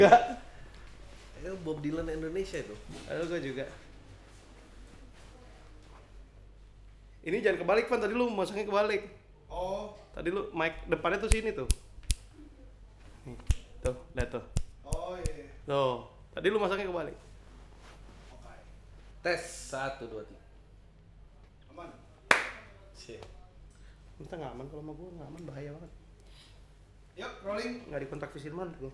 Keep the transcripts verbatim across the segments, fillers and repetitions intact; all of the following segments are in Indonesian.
Eh, Bob Dylan Indonesia itu. Aduh, gue juga. Ini jangan kebalik, Van. Tadi lu masangnya kebalik. Oh. Tadi lu mic depannya tuh sini tuh. Nih, tuh, lihat tuh. Oh iya. Tuh, tadi lu masangnya kebalik. Oke. Tes satu dua tiga. Aman. Cih. Kita nggak aman, kalau sama gue nggak aman, bahaya banget. Yuk, rolling. Nggak dikontak Fisirman tuh.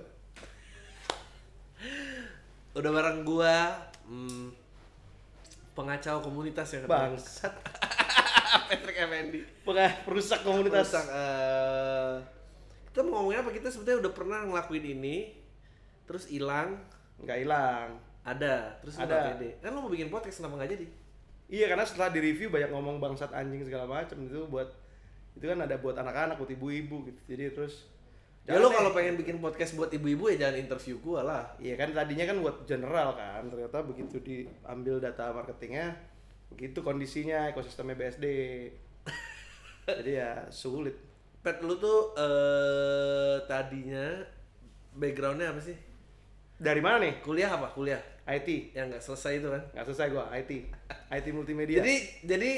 Udah bareng gua hmm, pengacau komunitas ya. Bangsat. Patrick Effendi. Pernah perusak komunitas. Rusak, eh, kita mau ngomongin apa? Kita sebetulnya udah pernah ngelakuin ini, terus hilang. Nggak hilang. Ada, terus lu Ada. nggak pede. Kan lu mau bikin podcast, kenapa nggak jadi? Iya, karena setelah di review banyak ngomong bangsat anjing segala macam itu buat itu kan ada buat anak-anak, buat ibu-ibu gitu. Jadi terus Ya lo kalau pengen bikin podcast buat ibu-ibu ya jangan interview gua lah. iya kan tadinya kan buat general kan, ternyata begitu diambil data marketingnya begitu kondisinya ekosistemnya B S D. Jadi ya sulit. Pet, lu tuh eh tadinya backgroundnya apa sih? Dari mana nih? Kuliah apa? Kuliah I T. yang nggak selesai itu kan? Nggak selesai gua, I T. I T multimedia. Jadi jadi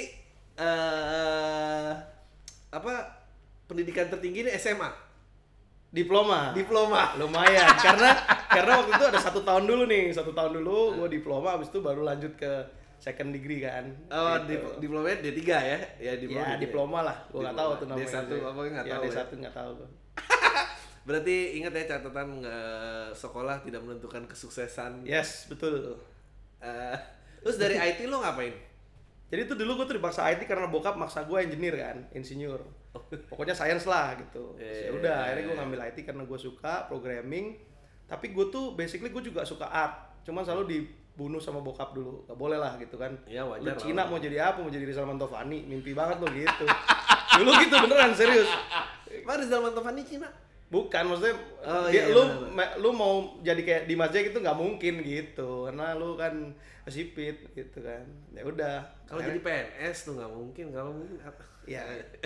eh apa pendidikan tertinggi ini S M A, diploma. diploma. Lumayan karena karena waktu itu ada satu tahun dulu nih, satu tahun dulu gua diploma, habis itu baru lanjut ke second degree kan. Oh, Gitu. dip- diplomanya D tiga ya? Ya diploma. Ya, D tiga. diploma lah. Gua nggak tahu tuh D namanya. satu apa nggak ya, tahu. D ya. satu nggak tahu gua. Berarti ingat ya catatan nggak sekolah tidak menentukan kesuksesan. Yes, betul. Eh, terus dari I T lo ngapain? Jadi tuh dulu gue tuh dipaksa I T karena bokap maksa gue engineer kan, insinyur. Pokoknya science lah gitu. Yeah. Ya udah, akhirnya gue ngambil I T karena gue suka programming. Tapi gue tuh basically gue juga suka art. Cuman selalu dibunuh sama bokap dulu. Gak boleh lah gitu kan. Ya, wajar Lu lah. Cina mau jadi apa? Mau jadi Rizal Mantovani? Mimpi banget lo gitu. Dulu gitu beneran serius. Mana Rizal Mantovani Cina? Bukan, maksudnya Oh, dia, iya, lu bener-bener. me- lu mau jadi kayak Dimas Jack itu nggak mungkin gitu, karena lu kan sipit gitu kan. Ya udah. Kalau akhirnya- jadi P N S tuh nggak mungkin. Kalau mungkin apa? ya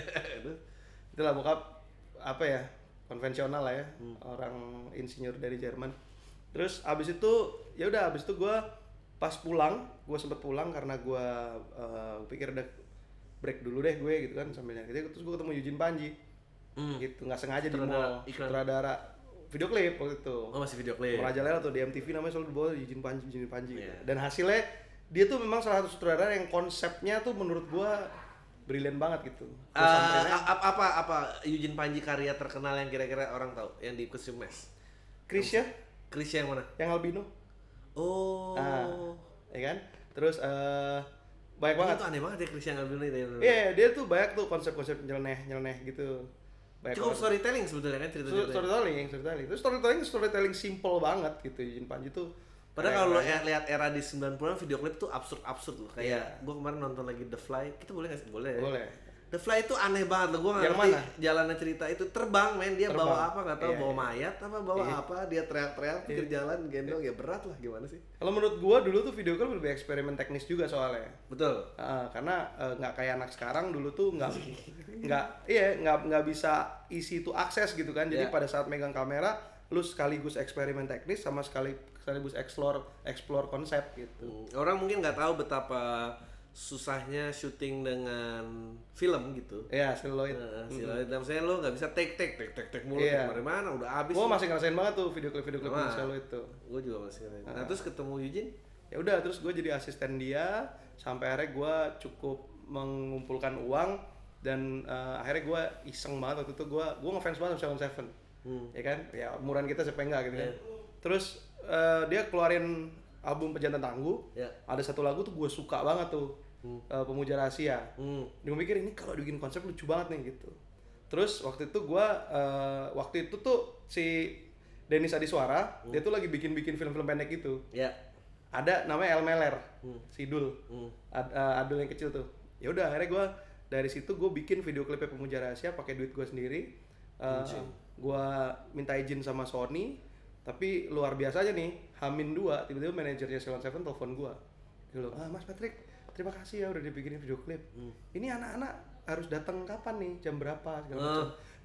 itulah bokap apa ya, konvensional lah ya, Hmm. orang insinyur dari Jerman. Terus abis itu ya udah, abis itu gue pas pulang, gue sempet pulang karena gue uh, pikir udah break dulu deh gue gitu kan sambil nyari. Terus gue ketemu Eugene Panji. Hmm. Gitu, nggak sengaja di Sutradara mall, iklan. sutradara video klip waktu itu. Oh, masih video klip. Merajalela tuh di M T V namanya selalu dibawa Eugene Panji, Eugene Panji. Iya. Dan hasilnya dia tuh memang salah satu sutradara yang konsepnya tuh menurut gua brilian banget gitu. Eh, Gua sampein aja, apa apa apa Eugene Panji karya terkenal yang kira-kira orang tahu yang di Costume Mes? Chris ya, Chris yang mana? yang albino. Oh. Ah, ya kan? Terus eh banyak banget. Itu aneh banget ya Chris yang ngambil ini. Iya, dia tuh banyak tuh konsep-konsep nyeleneh-nyeleneh gitu. Banyak Cukup banget. storytelling sebetulnya kan cerita Story- storytelling, storytelling. Terus storytelling storytelling simple banget gitu. Eugene Panji tuh. Padahal kayak- kalau lo kayak- lihat era di sembilan puluhan video klip tuh absurd-absurd loh. Kayak Iya. gua kemarin nonton lagi The Fly. Kita boleh nggak sih? Boleh. ya? Boleh. The Fly itu aneh banget loh. Gua nggak Yang ngerti mana? jalannya cerita itu terbang men. Dia Terbang. bawa apa nggak tahu, Iya, bawa iya. mayat apa bawa Iya. apa. Dia teriak-teriak pikir jalan gendong ya berat lah gimana sih? Kalau menurut gua dulu tuh video klip lebih eksperimen teknis juga soalnya. Betul. Uh, karena uh, nggak kayak anak sekarang dulu tuh nggak nggak iya nggak nggak bisa isi itu akses gitu kan. Jadi Yeah. pada saat megang kamera lu sekaligus eksperimen teknis sama sekali sekaligus explore explore konsep gitu. Hmm, Orang mungkin nggak tahu betapa susahnya syuting dengan film gitu. Ya seluloid. Nah, silakan dalam saya lo nggak bisa take take take take take mulu Iya. kemana mana udah habis. Gua masih ngerasain banget tuh video klip video klip Sama. seluloid itu. Gue juga masih ngerasain. Nah, terus ketemu Eugene. Ya udah terus gue jadi asisten dia sampai akhirnya gue cukup mengumpulkan uang dan uh, akhirnya gue iseng banget waktu itu gue gue ngefans banget sama Sheldon Seven. Hmm. Ya kan, ya umuran kita siapa enggak gitu kan. Iya. Terus uh, dia keluarin album Pejantan Tangguh. Ya. Ada satu lagu tuh gue suka banget tuh, Hmm. uh, Pemuja Rahasia. Hmm. Dia mikir ini kalau dibikin konsep lucu banget nih gitu. Terus waktu itu gue, uh, waktu itu tuh si Denis Adiswara, Hmm. dia tuh lagi bikin-bikin film-film pendek gitu. Ya. Ada namanya El Meler, Hmm. si Dul, Hmm. Ad, uh, Adul yang kecil tuh. Ya udah akhirnya gue dari situ gue bikin video klipnya Pemuja Rahasia pakai duit gue sendiri. Uh, Anjing. gue minta izin sama Sony, tapi luar biasa aja nih, Hamin dua tiba-tiba manajernya Sheldon Seven telepon gue. Dia bilang, ah Mas Patrick, terima kasih ya udah dibikinin video klip. Hmm. Ini anak-anak harus datang kapan nih, jam berapa segala Ah. macam.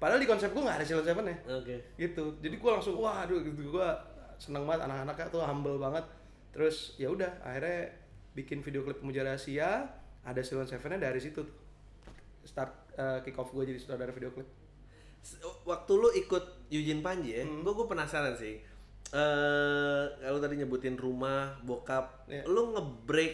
Padahal di konsep gue nggak ada Silent Seven ya. Oke. Gitu. Jadi gue langsung wah aduh gitu gue seneng banget, anak-anaknya tuh humble banget. Terus ya udah akhirnya bikin video klip Pemuja Rahasia, ada Silent Seven-nya dari situ tuh. Start uh, kick off gue jadi sutradara video klip. Waktu lu ikut Eugene Panji ya, Hmm. gue gue penasaran sih. Eh, kalau tadi nyebutin rumah, bokap, Iya. lu nge-break,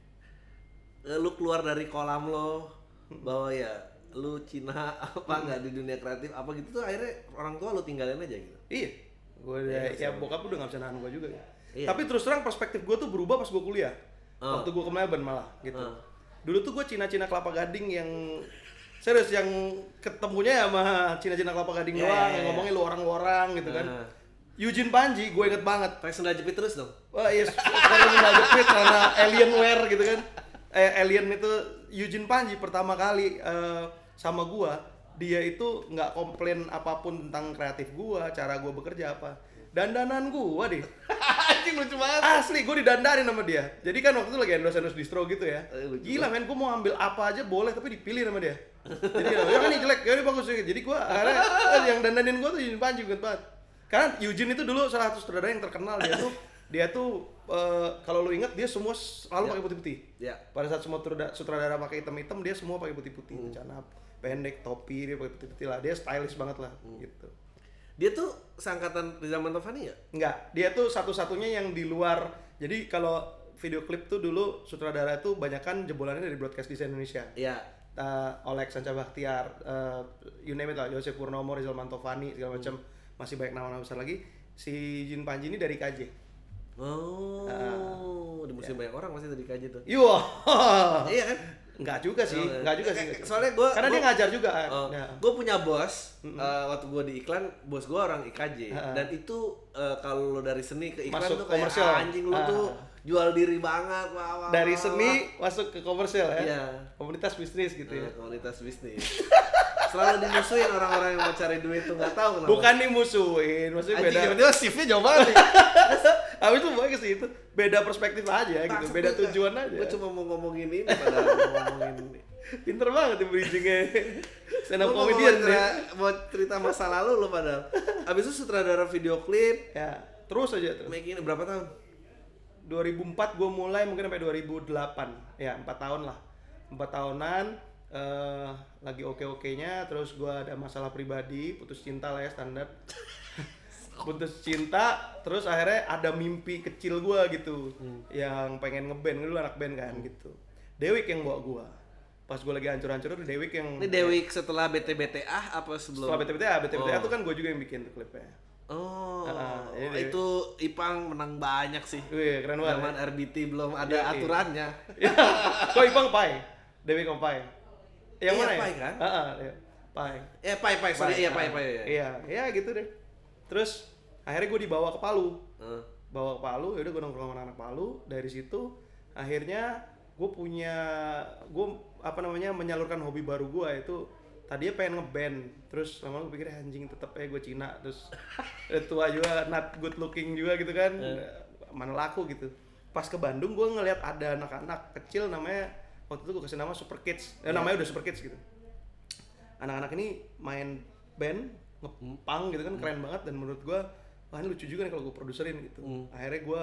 eh, lu keluar dari kolam lo bahwa ya lu Cina apa nggak di dunia kreatif apa gitu tuh akhirnya orang tua lu tinggalin aja gitu. Iya. Gue Iya, ya, ya sama. bokap udah nggak bisa nahan gue juga. Iya. Tapi terus terang perspektif gue tuh berubah pas gue kuliah. Oh. Waktu gue ke Melbourne malah gitu. Oh. Dulu tuh gue Cina-Cina Kelapa Gading yang serius yang ketemunya sama Cina-Cina Kelapa Gading Iya, doang, iya, yang iya. ngomongnya lu orang-orang gitu kan. Ah. Eugene Panji, gue inget banget. Pakai sendal jepit terus dong. Wah iya, sekarang nggak jepit karena Alienware gitu kan. Eh, Alien itu Eugene Panji pertama kali eh, sama gua, dia itu nggak komplain apapun tentang kreatif gua, cara gua bekerja apa. Dandanan gua deh. Anjing lucu banget. Asli, gua didandanin sama dia. Jadi kan waktu itu lagi endorse-endorse distro gitu ya. Eh, lucu Gila men, gua mau ambil apa aja boleh tapi dipilih sama dia. Jadi ya kan ini jelek, ya ini bagus. Jadi gua akhirnya eh, yang dandanin gua tuh Eugene Panji banget banget. Karena Eugene itu dulu salah satu sutradara yang terkenal, dia tuh dia tuh uh, kalau lu ingat dia semua selalu Ya. pakai putih-putih. Ya. Pada saat semua sutradara, sutradara pakai hitam-hitam, dia semua pakai putih-putih. Celana pendek, topi, dia pakai putih-putih lah. Dia stylish banget lah gitu. Dia tuh seangkatan Rizal Mantovani ya? Enggak, dia tuh satu-satunya yang di luar. Jadi kalau video klip tuh dulu sutradara tuh banyakan jebolannya dari Broadcast Design Indonesia. Iya. Uh, Oleg Sanca Bahtiar, uh, you name it lah, Yosef Purnomo, Rizal Mantovani, segala macam. Masih banyak nama-nama besar lagi. Si Eugene Panji ini dari K J. Oh, Ah. di musim banyak orang masih dari K J tuh. Yo. Iya kan? Enggak juga sih, Oh, enggak juga eh, sih. eh, soalnya gua- karena dia gua- ngajar juga kan. Oh, Ya. gue punya bos, eh, waktu gue di iklan, bos gue orang I K J, Ha-ha. dan itu eh, kalau lo dari seni ke iklan Masuk tuh kayak komersial. anjing lo Ah. tuh jual diri banget, wah, wah, Dari wah, seni masuk ke komersial ya. Iya. Komunitas bisnis gitu wah. ya. Eh, komunitas bisnis. Selalu dimusuhin orang-orang yang mau cari duit tuh nggak tahu kenapa. Bukan dimusuhin, maksudnya Anjing, beda. tiba-tiba shiftnya jauh banget nih. Habis itu bagus sih itu. Beda perspektif aja gitu, Maksud beda gua- tujuan aja. Gue cuma mau ngomongin ini padahal mau ngomongin ini. Pinter banget ya bridging-nya. Stand up Gua mau comedian cerita, ya. mau cerita masa lalu lo padahal. Abis itu sutradara video klip, Ya, terus aja terus. making berapa tahun? dua ribu empat gue mulai mungkin sampai dua ribu delapan. Ya, empat tahun lah. empat tahunan eh lagi oke-okenya, terus gue ada masalah pribadi, putus cinta lah ya standar. Putus cinta, terus akhirnya ada mimpi kecil gue gitu, yang pengen ngeband, dulu anak band kan gitu. Dewik yang bawa gue, pas gue lagi hancur-hancur, Dewik yang Ini Dewi setelah B T B T A apa sebelum? setelah B T B T A, B T B T A Oh. tuh kan gue juga yang bikin tuh klipnya. Oh, Ah, ini Dewi. itu Ipang menang banyak sih. Wih, keren banget. Zaman R B T belum ada Iya, iya. aturannya. Ya, kok Ipang Pai? Dewik sama Pai. Yang Iya, mana ya? Pai kan? Heeh, iya. Pai. Eh, Pai Pai, sorry, iya Pai ah. Pai. Iya. Iya, iya gitu deh. Terus akhirnya gue dibawa ke Palu. Heeh. Bawa ke Palu, ya udah gue nongkrong sama anak Palu. Dari situ akhirnya gue punya gue apa namanya menyalurkan hobi baru gue itu tadinya pengen ngeband, terus lama-lama gue pikir anjing tetep aja gue Cina, terus udah tua juga, not good looking juga gitu kan, mana laku gitu. Pas ke Bandung gue ngeliat ada anak-anak kecil namanya waktu itu gue kasih nama Super Kids, eh, namanya udah Super Kids gitu. Anak-anak ini main band ngepang gitu kan, keren banget, dan menurut gue wah ini lucu juga nih kalau gue produserin gitu. Hmm. Akhirnya gue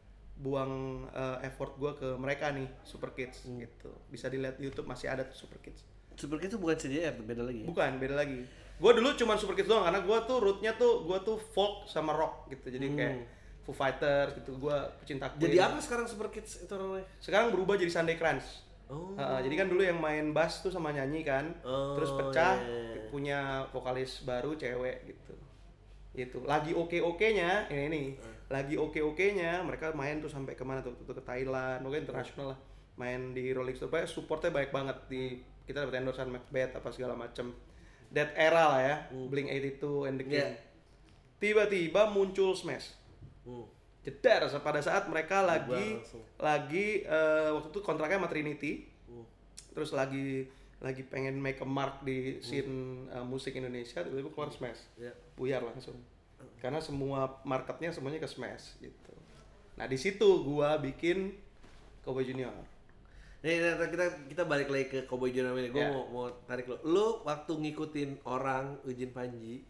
buang uh, effort gue ke mereka nih Super Kids gitu. Bisa dilihat di YouTube masih ada tuh Super Kids. Super Kids itu bukan C J R, beda lagi. Bukan, beda lagi. Gue dulu cuman Super Kids doang karena gue tuh rootnya tuh gue tuh folk sama rock gitu. Jadi Hmm. kayak Foo Fighters gitu. Gue pecinta Queen. Jadi apa sekarang Super Kids itu namanya? Sekarang berubah jadi Sunday Crunch. Oh. Uh, jadi kan dulu yang main bass tuh sama nyanyi kan, Oh, terus pecah, iya, iya. punya vokalis baru cewek gitu. Itu lagi oke-okenya, ini nih, lagi oke-okenya mereka main tuh sampai kemana tuh, tuh ke Thailand, pokoknya internasional lah, main di Rolling Stone, pokoknya supportnya baik banget di kita dapat endorsean Macbeth apa segala macem. That era lah ya, Blink delapan puluh dua and the King. Yeah. Tiba-tiba muncul Smash. Hmm. Jedar pada saat mereka lagi langsung. lagi eh, waktu itu kontraknya sama Trinity, Hmm. terus lagi lagi pengen make a mark di scene eh, musik Indonesia, tiba-tiba keluar Smash, Ya. buyar langsung, karena semua marketnya semuanya ke Smash gitu. Nah di situ gua bikin Cowboy Junior. Nih, nih, kita kita balik lagi ke Cowboy Junior ini. Gue Ya. mau mau tarik lo. Lo waktu ngikutin orang Eugene Panji,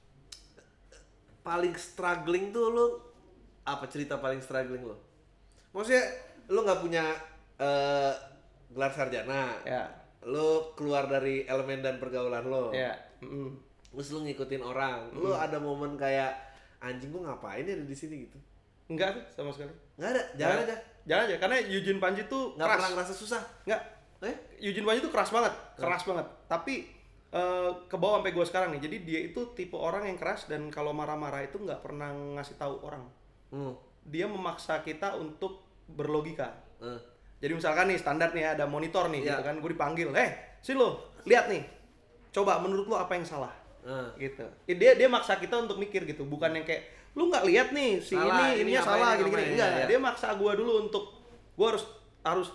paling struggling tuh lo apa cerita paling struggling lo? Maksudnya lo nggak punya eh, gelar sarjana, Ya. lo keluar dari elemen dan pergaulan lo, Ya. Mm. terus lo ngikutin orang, lo ada momen kayak anjing gue ngapain ya ada di sini gitu? Enggak tuh sama sekali. Nggak ada, jalan Nggak. aja. Jalan aja karena Eugene Panji tuh Nggak keras. pernah ngerasa susah. Nggak. Eh? Eugene Panji tuh keras banget, keras banget. Tapi eh ke bawah sampai gue sekarang nih. Jadi dia itu tipe orang yang keras dan kalau marah-marah itu nggak pernah ngasih tahu orang. Hmm. Dia memaksa kita untuk berlogika. Eh. Jadi misalkan nih standar nih ada monitor nih, Iya. gitu kan, gue dipanggil, eh, sini lo, lihat nih, coba menurut lo apa yang salah, Eh. gitu. Eh, Dia dia maksa kita untuk mikir gitu, bukan yang kayak lu nggak lihat nih si Salah, ini ini ininya apa, salah ini gini-gini, apa, enggak, iya, iya. dia maksa gue dulu untuk, gue harus harus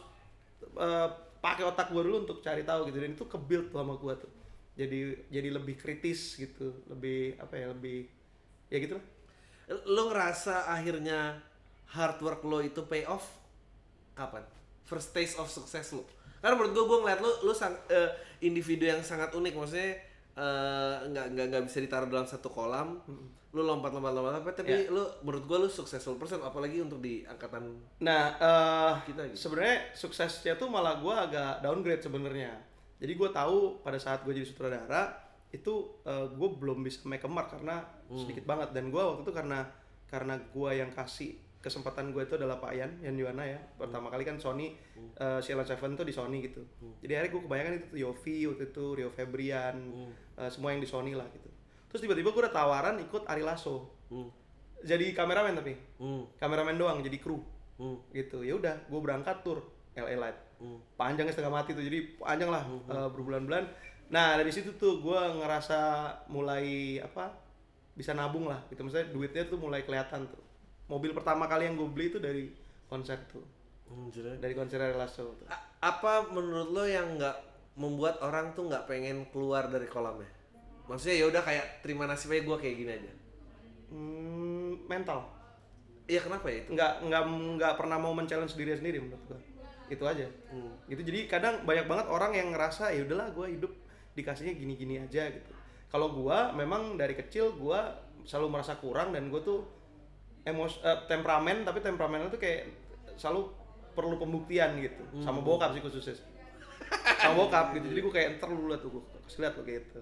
eh, pakai otak gue dulu untuk cari tahu gitu, dan itu ke-build tuh sama gue tuh, jadi jadi lebih kritis gitu, lebih apa ya, lebih ya gitu lah. Lo ngerasa akhirnya hard work lo itu pay off kapan? First taste of success lo? Karena menurut gue, gue ngeliat lo, lo sang, eh, individu yang sangat unik, maksudnya eh, nggak nggak nggak bisa ditaruh dalam satu kolam. Lo lompat-lompat-lompat apa, tapi Ya. lo menurut gue lo successful person, apalagi untuk di angkatan Nah, eh kita gitu. sebenarnya suksesnya tuh malah gue agak downgrade sebenarnya. Jadi gue tahu pada saat gue jadi sutradara itu gue belum bisa make a mark karena sedikit banget, dan gue waktu itu karena karena gue yang kasih kesempatan gue itu adalah Pak Yan, Yan Yuwana ya. Pertama kali kan Sony, uh, Silent Seven tuh di Sony gitu. Jadi akhirnya gue kebayangkan itu tuh Yofi waktu itu, Rio Febrian, uh, semua yang di Sony lah gitu. Terus tiba-tiba gue ada tawaran ikut Ari Lasso. Hmm. Jadi kameramen tapi. Hmm. Kameramen doang, jadi kru. Hmm. Gitu. Ya udah, gue berangkat tur L A Light. Hmm. Panjangnya setengah mati tuh, jadi panjang lah, uh, berbulan-bulan. Nah dari situ tuh gue ngerasa mulai apa, bisa nabung lah gitu, maksudnya duitnya tuh mulai kelihatan tuh. Mobil pertama kali yang gue beli itu dari konser tuh, Hmm, jelas. dari konser Ari Lasso tuh. A- apa menurut lo yang nggak membuat orang tuh nggak pengen keluar dari kolamnya? Maksudnya ya udah kayak terima nasibnya gue kayak gini aja. Hmm, mental, Iya, kenapa ya itu? nggak nggak nggak pernah mau men-challenge diri sendiri menurut gue, itu aja. Hmm. Gitu, jadi kadang banyak banget orang yang ngerasa ya udahlah gue hidup dikasihnya gini-gini aja gitu. Kalau gue memang dari kecil gue selalu merasa kurang, dan gue tuh emos eh, temperamen, tapi temperamennya tuh kayak selalu perlu pembuktian gitu, sama bokap sih khususnya, sama bokap gitu. Jadi gue kayak ntar lu liat tuh, gue kasih liat tuh gitu.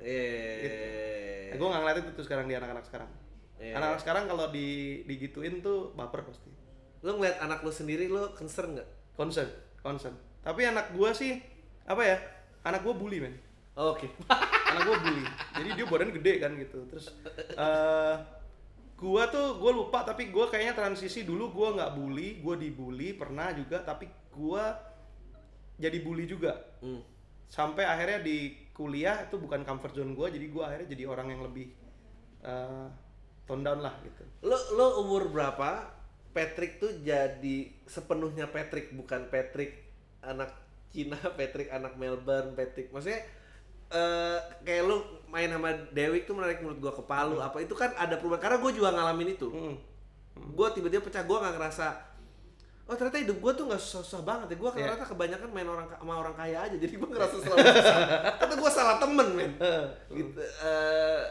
Eh. Nah, gue nggak ngeliat itu tuh sekarang di anak-anak sekarang. Iya. Anak-anak sekarang kalau di digituin tuh baper pasti. Lo ngeliat anak lo sendiri, lo concern nggak? Concern, concern. Tapi anak gue sih apa ya? Anak gue bully men. Oh, Oke. Anak gue bully. Jadi dia badannya gede kan gitu. Terus eh gua tuh gue lupa, tapi gue kayaknya transisi dulu gue nggak bully, gue dibully pernah juga, tapi gue jadi bully juga. Hmm. Sampai akhirnya di kuliah itu bukan comfort zone gue, jadi gue akhirnya jadi orang yang lebih eh tone down lah gitu. Lo lo umur berapa? Patrick tuh jadi sepenuhnya Patrick, bukan Patrick anak Cina, Patrick anak Melbourne, Patrick. Maksudnya eh kayak lu main sama Dewi tuh menarik menurut gua ke Palu, apa itu kan ada perubahan, karena gua juga ngalamin itu. Hmm. Gua tiba-tiba pecah, gua nggak ngerasa oh ternyata hidup gua tuh nggak susah-susah banget ya. Gua Iya. ternyata kebanyakan main orang sama orang kaya aja, jadi gua ngerasa selalu susah. Ternyata gua salah temen men. Gitu. Eh,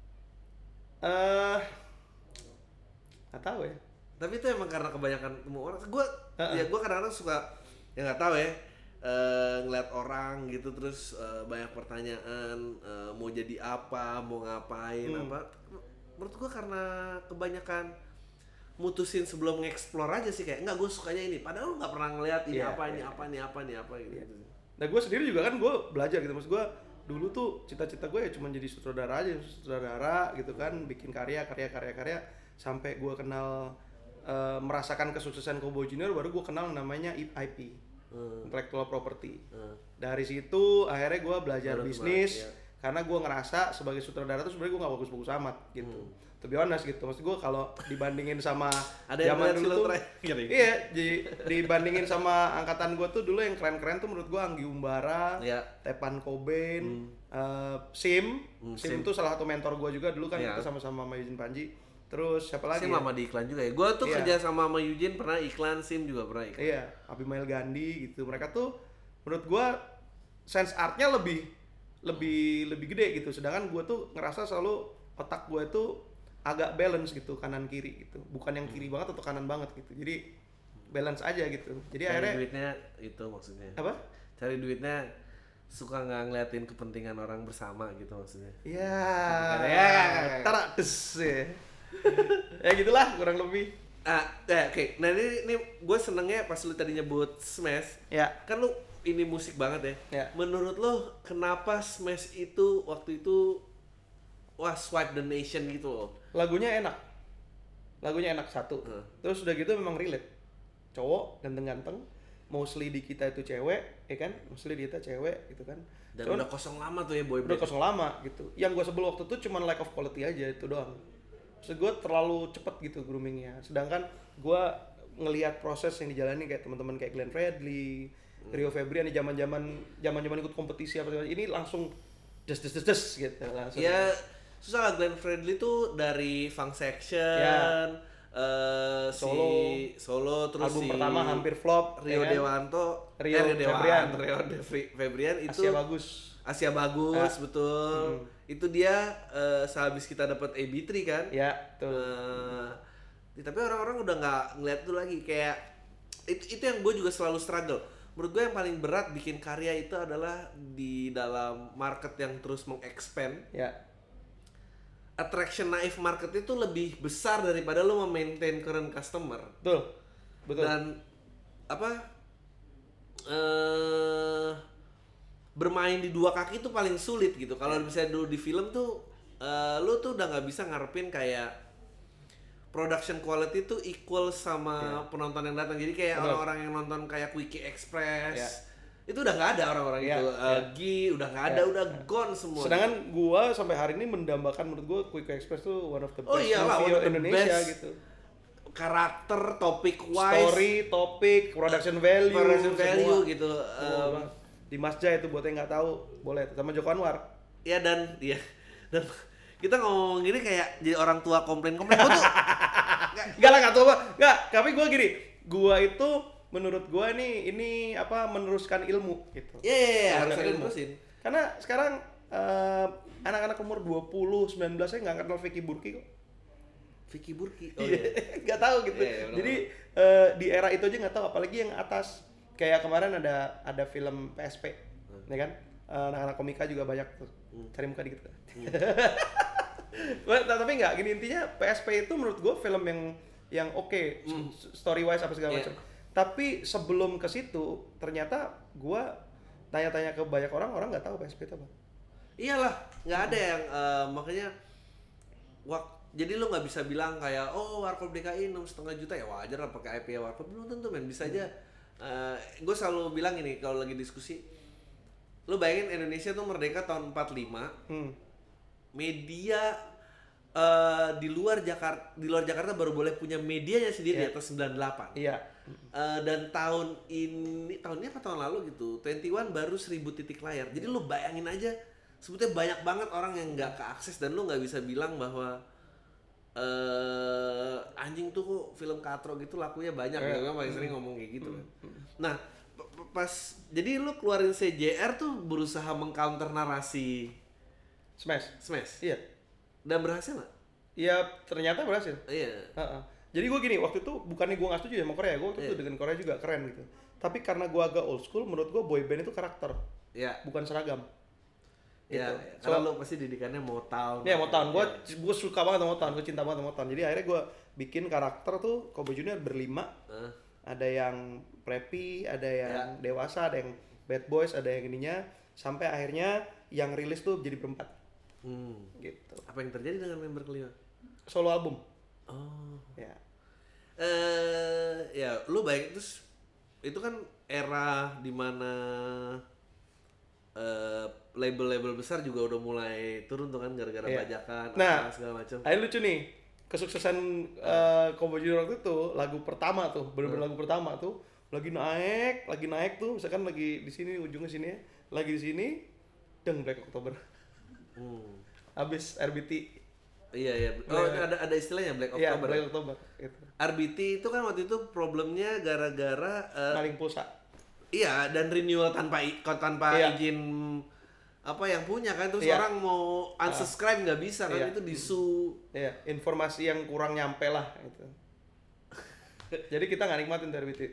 Eh nggak tahu ya. tapi itu emang karena kebanyakan ketemu orang. Gua Uh-uh. ya gua kadang-kadang suka ya nggak tahu ya. eh ngeliat orang gitu, terus eh, banyak pertanyaan, eh, mau jadi apa, mau ngapain Hmm. apa. Menurut gua karena kebanyakan mutusin sebelum nge-explore aja sih, kayak enggak gue sukanya ini, padahal lu nggak pernah ngeliat ini Iya, apa, ini iya. apa, ini apa, ini apa gitu. Nah gue sendiri juga kan gue belajar gitu, maksud gue dulu tuh cita-cita gue ya cuma jadi sutradara aja, sutradara gitu kan, bikin karya, karya, karya, karya, sampai gue kenal eh, merasakan kesuksesan Cowboy Junior, baru gue kenal namanya I P, Hmm. Intellectual Property. Hmm. Dari situ akhirnya gue belajar Baru bisnis, kemarin, karena gue ngerasa sebagai sutradara tuh sebenarnya gue nggak bagus-bagus amat gitu. To be honest gitu, maksud gue kalau dibandingin sama Ada yang zaman ngeliat dulu film tuh, terakhir ya? iya, jadi dibandingin sama angkatan gue tuh dulu yang keren-keren tuh menurut gue Anggi Umbara, Iya. Tepan Cobain, eh, Sim, Hmm, Sim, Sim. tuh salah satu mentor gue juga dulu kan, Iya. kita sama-sama sama Eugene Panji. Terus siapa lagi? Sim ya? lama di iklan juga ya. Gue tuh Iya. kerja sama sama Eugene pernah iklan, Sim juga pernah iklan. Iya, Abimael Gandhi gitu. Mereka tuh menurut gua sense artnya lebih lebih lebih gede gitu. Sedangkan gua tuh ngerasa selalu otak gua itu agak balance gitu kanan kiri gitu. Bukan yang kiri banget atau kanan banget gitu. Jadi balance aja gitu. Jadi Cari akhirnya duitnya itu maksudnya. apa? Cari duitnya suka nggak ngeliatin kepentingan orang bersama gitu maksudnya. Ya, Ya, tarak des ya. Ya gitulah kurang lebih. Ah, ya, oke. Nah ini, ini gue senengnya pas lu tadi nyebut Smash. Ya. Kan lu ini musik banget ya. Ya. Menurut lo kenapa Smash itu waktu itu wah swipe the nation gitu loh? Lagunya enak. Lagunya enak satu. Hmm. Terus udah gitu memang relate. Cowok ganteng-ganteng, mostly di kita itu cewek, ya kan? Mostly di kita cewek gitu kan. Dan Cuman, udah kosong lama tuh ya boy udah band. kosong lama gitu. Yang gue sebel waktu itu cuma lack of quality aja itu doang. Maksud gue terlalu cepet gitu groomingnya. Sedangkan gue ngelihat proses yang dijalani kayak teman-teman kayak Glenn Fredly, hmm. Rio Febrian di zaman-zaman zaman-zaman ikut kompetisi apa segala ini langsung des des des des gitu langsung. Ya susah lah Glenn Fredly tuh dari Funk Section, Ya. eh, Solo. si Solo terus Album si pertama hampir flop, Rio ya kan? Dewanto, Rio eh, Rio Febrian. Dewanto, Rio De Fri- Febrian itu Asia bagus. Asia bagus Ah. betul. Hmm. Itu dia eh, sehabis kita dapat A B tiga kan. Ya, tuh. Eh, tapi orang-orang udah nggak ngeliat itu lagi kayak itu itu yang gue juga selalu struggle. Menurut gue yang paling berat bikin karya itu adalah di dalam market yang terus mengexpand. Ya. Attraction naif market itu lebih besar daripada lo memaintain current customer. Betul. Betul. Dan apa eh bermain di dua kaki itu paling sulit gitu. Kalau misalnya dulu di film tuh eh lo tuh udah nggak bisa ngarepin kayak production quality tuh equal sama Yeah. penonton yang datang. Jadi kayak Betul. orang-orang yang nonton kayak Quickie Express Yeah. itu udah nggak ada orang-orang Yeah, itu. yeah. Eh, Gi udah nggak ada, Yeah, udah yeah. gone semua. Sedangkan gua sampai hari ini mendambakan menurut gua Quick Express tuh one of the best Oh iyalah, movie one of the Indonesia best. gitu. Karakter, topic wise, Story, topik, production value, production value semua. gitu. Semua Em, banget. Di Masjid itu buat yang nggak tahu boleh sama Joko Anwar. ya dan ya dan kita ngomong gini kayak jadi orang tua komplain-komplain. Gua tuh Enggak lah, nggak tahu apa. Enggak, tapi gua gini, gua itu menurut gua nih ini apa meneruskan ilmu gitu. Iya, iya, iya, harus Meneruskan ada ilmu. terusin. Karena sekarang eh, anak-anak umur dua puluh, sembilan belas nya nggak kenal Vicky Burki kok. Vicky Burki. Oh Iya, iya. nggak tahu gitu. Iya, iya, benar. Jadi eh, di era itu aja nggak tahu, apalagi yang atas. Kayak kemarin ada ada film P S P, Hmm. ya kan? Eh, anak-anak komika juga banyak tuh. Hmm. Cari muka dikit. Well, nah, tapi nggak, gini intinya P S P itu menurut gue film yang yang oke, Hmm. story wise apa segala Yeah. macam. Tapi sebelum ke situ ternyata gue tanya-tanya ke banyak orang, orang nggak tahu P S P itu apa. Iyalah, nggak ada yang eh, makanya wak jadi lo nggak bisa bilang kayak oh Warkop D K I enam setengah juta ya wajar lah pakai I P ya Warkop, belum tentu men, bisa aja. Gue selalu bilang ini kalau lagi diskusi, lo bayangin Indonesia tuh merdeka tahun empat puluh lima, Hmm. media eh, di luar Jakarta di luar Jakarta baru boleh punya medianya sendiri Iya. di atas sembilan puluh delapan. Iya. Eh, dan tahun ini tahun ini apa tahun lalu gitu dua puluh satu baru seribu titik layar. Jadi lu bayangin aja sebetulnya banyak banget orang yang nggak keakses dan lu nggak bisa bilang bahwa eh anjing tuh kok film katro gitu lakunya banyak Eh, gitu kan paling sering ngomong kayak gitu kan. Hmm. Nah, p- p- pas jadi lu keluarin C J R tuh berusaha mengcounter narasi Smash. Smash Iya. dan berhasil nggak? Iya, ternyata berhasil. Iya. Heeh. Jadi gue gini, waktu itu bukannya gue nggak setuju sama Korea, gue waktu itu Iya. dengan Korea juga keren gitu. Tapi karena gue agak old school, menurut gue boy band itu karakter, Iya. bukan seragam. Iya, Gitu. iya. Karena So- lu pasti didikannya Motown. Ya Motown, gue Iya. gue suka banget sama Motown, gue cinta banget sama Motown. Jadi akhirnya gue bikin karakter tuh Kobe Junior berlima, Heeh. ada yang preppy, ada yang Ya. dewasa, ada yang bad boys, ada yang ininya, sampai akhirnya yang rilis tuh jadi berempat, Hmm. gitu. Apa yang terjadi dengan member kelima? Solo album, Oh. ya. Eh, ya, lu baik terus itu kan era dimana eh label-label besar juga udah mulai turun tuh kan gara-gara Iya. bajakan Nah, apa segala macam. Ayo lucu nih, kesuksesan uh, Kobe Junior waktu itu lagu pertama tuh, bener-bener lagu pertama tuh lagi naik, lagi naik tuh, misalkan lagi di sini ujungnya sini ya, lagi di sini, deng Black October, Hmm. habis R B T, Iya iya. Oh, Iya. ada ada istilahnya Black iya October. Black October, gitu. R B T itu kan waktu itu problemnya gara-gara eh, Maling pulsa, Iya, dan renewal tanpa i- tanpa Iya. izin apa yang punya kan, terus Iya. orang mau unsubscribe nggak bisa kan, Iya. itu disu. Ya, informasi yang kurang nyampe lah gitu. Jadi kita nggak nikmatin dari itu.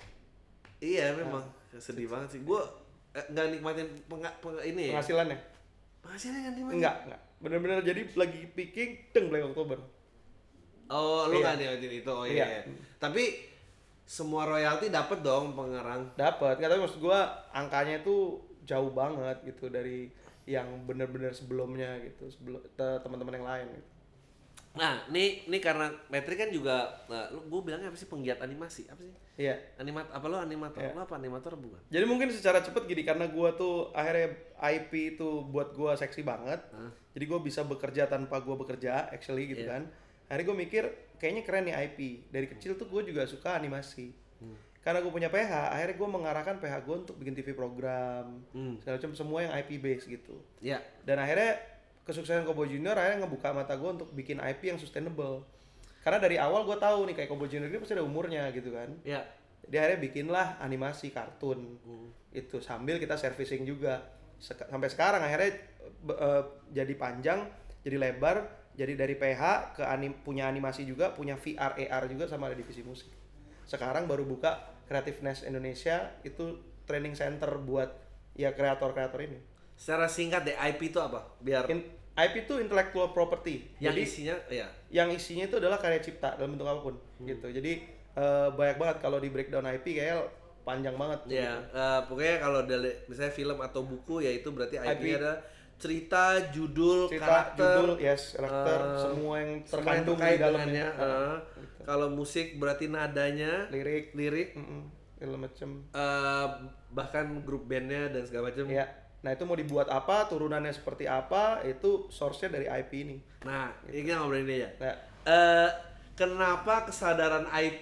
Iya memang sedih banget sih. Gue nggak nikmatin penga, penga- ini ya. Penghasilannya? Penghasilannya nggak nikmatin. Enggak, enggak. Bener-bener jadi lagi picking, deng Black October. Oh, lu Iya. nggak nikmatin itu. Oh iya. Iya. Tapi semua royalti dapat dong pengarang. Dapat, nggak tahu maksud gua angkanya itu jauh banget gitu dari yang bener-bener sebelumnya gitu, sebelum te- teman-teman yang lain gitu. Nah, ini ini karena Metri kan juga, nah, lu gue bilangnya apa sih, penggiat animasi apa sih? Iya. Animat apa lo animator? Iya. Lo apa animator bukan? Jadi mungkin secara cepet gini, karena gua tuh akhirnya I P itu buat gua seksi banget. Hah? Jadi gua bisa bekerja tanpa gua bekerja actually gitu Iya. kan. Akhirnya gua mikir kayaknya keren nih I P. Dari kecil tuh gua juga suka animasi. Hmm. Karena gue punya P H, akhirnya gue mengarahkan P H gue untuk bikin T V program, Hmm. segala macam, semua yang I P base gitu. Ya. Dan akhirnya kesuksesan Kobo Junior akhirnya ngebuka mata gue untuk bikin I P yang sustainable. Karena dari awal gue tahu nih kayak Kobo Junior ini pasti ada umurnya gitu kan. Ya. Jadi akhirnya bikinlah animasi kartun Hmm. itu sambil kita servicing juga. Sek- sampai sekarang akhirnya be- eh, jadi panjang, jadi lebar, jadi dari P H ke anim punya animasi juga, punya V R A R juga, sama ada divisi musik. Sekarang baru buka Creativeness Indonesia, itu training center buat ya kreator-kreator ini. Secara singkat deh, I P itu apa? Biar In, I P itu intellectual property. yang Jadi isinya ya. yang isinya itu adalah karya cipta dalam bentuk apapun gitu. Jadi eh, banyak banget kalau di breakdown I P kayak panjang banget. Ya, gitu. eh, pokoknya kalau dari misalnya film atau buku ya itu berarti I I P. P-nya ada cerita, judul, Cerita, karakter, judul, yes, karakter, eh, semua yang semua yang terkandung terkait di dalamnya. dengannya, Ah, eh. gitu. Kalau musik berarti nadanya, Lirik, lirik, mm-mm, segala macem. eh, bahkan grup bandnya dan segala macam. Ya, nah itu mau dibuat apa, turunannya seperti apa, itu source-nya dari I P ini. Nah, ini kita ngobrolin ini ya. Nah, Eh, kenapa kesadaran I P,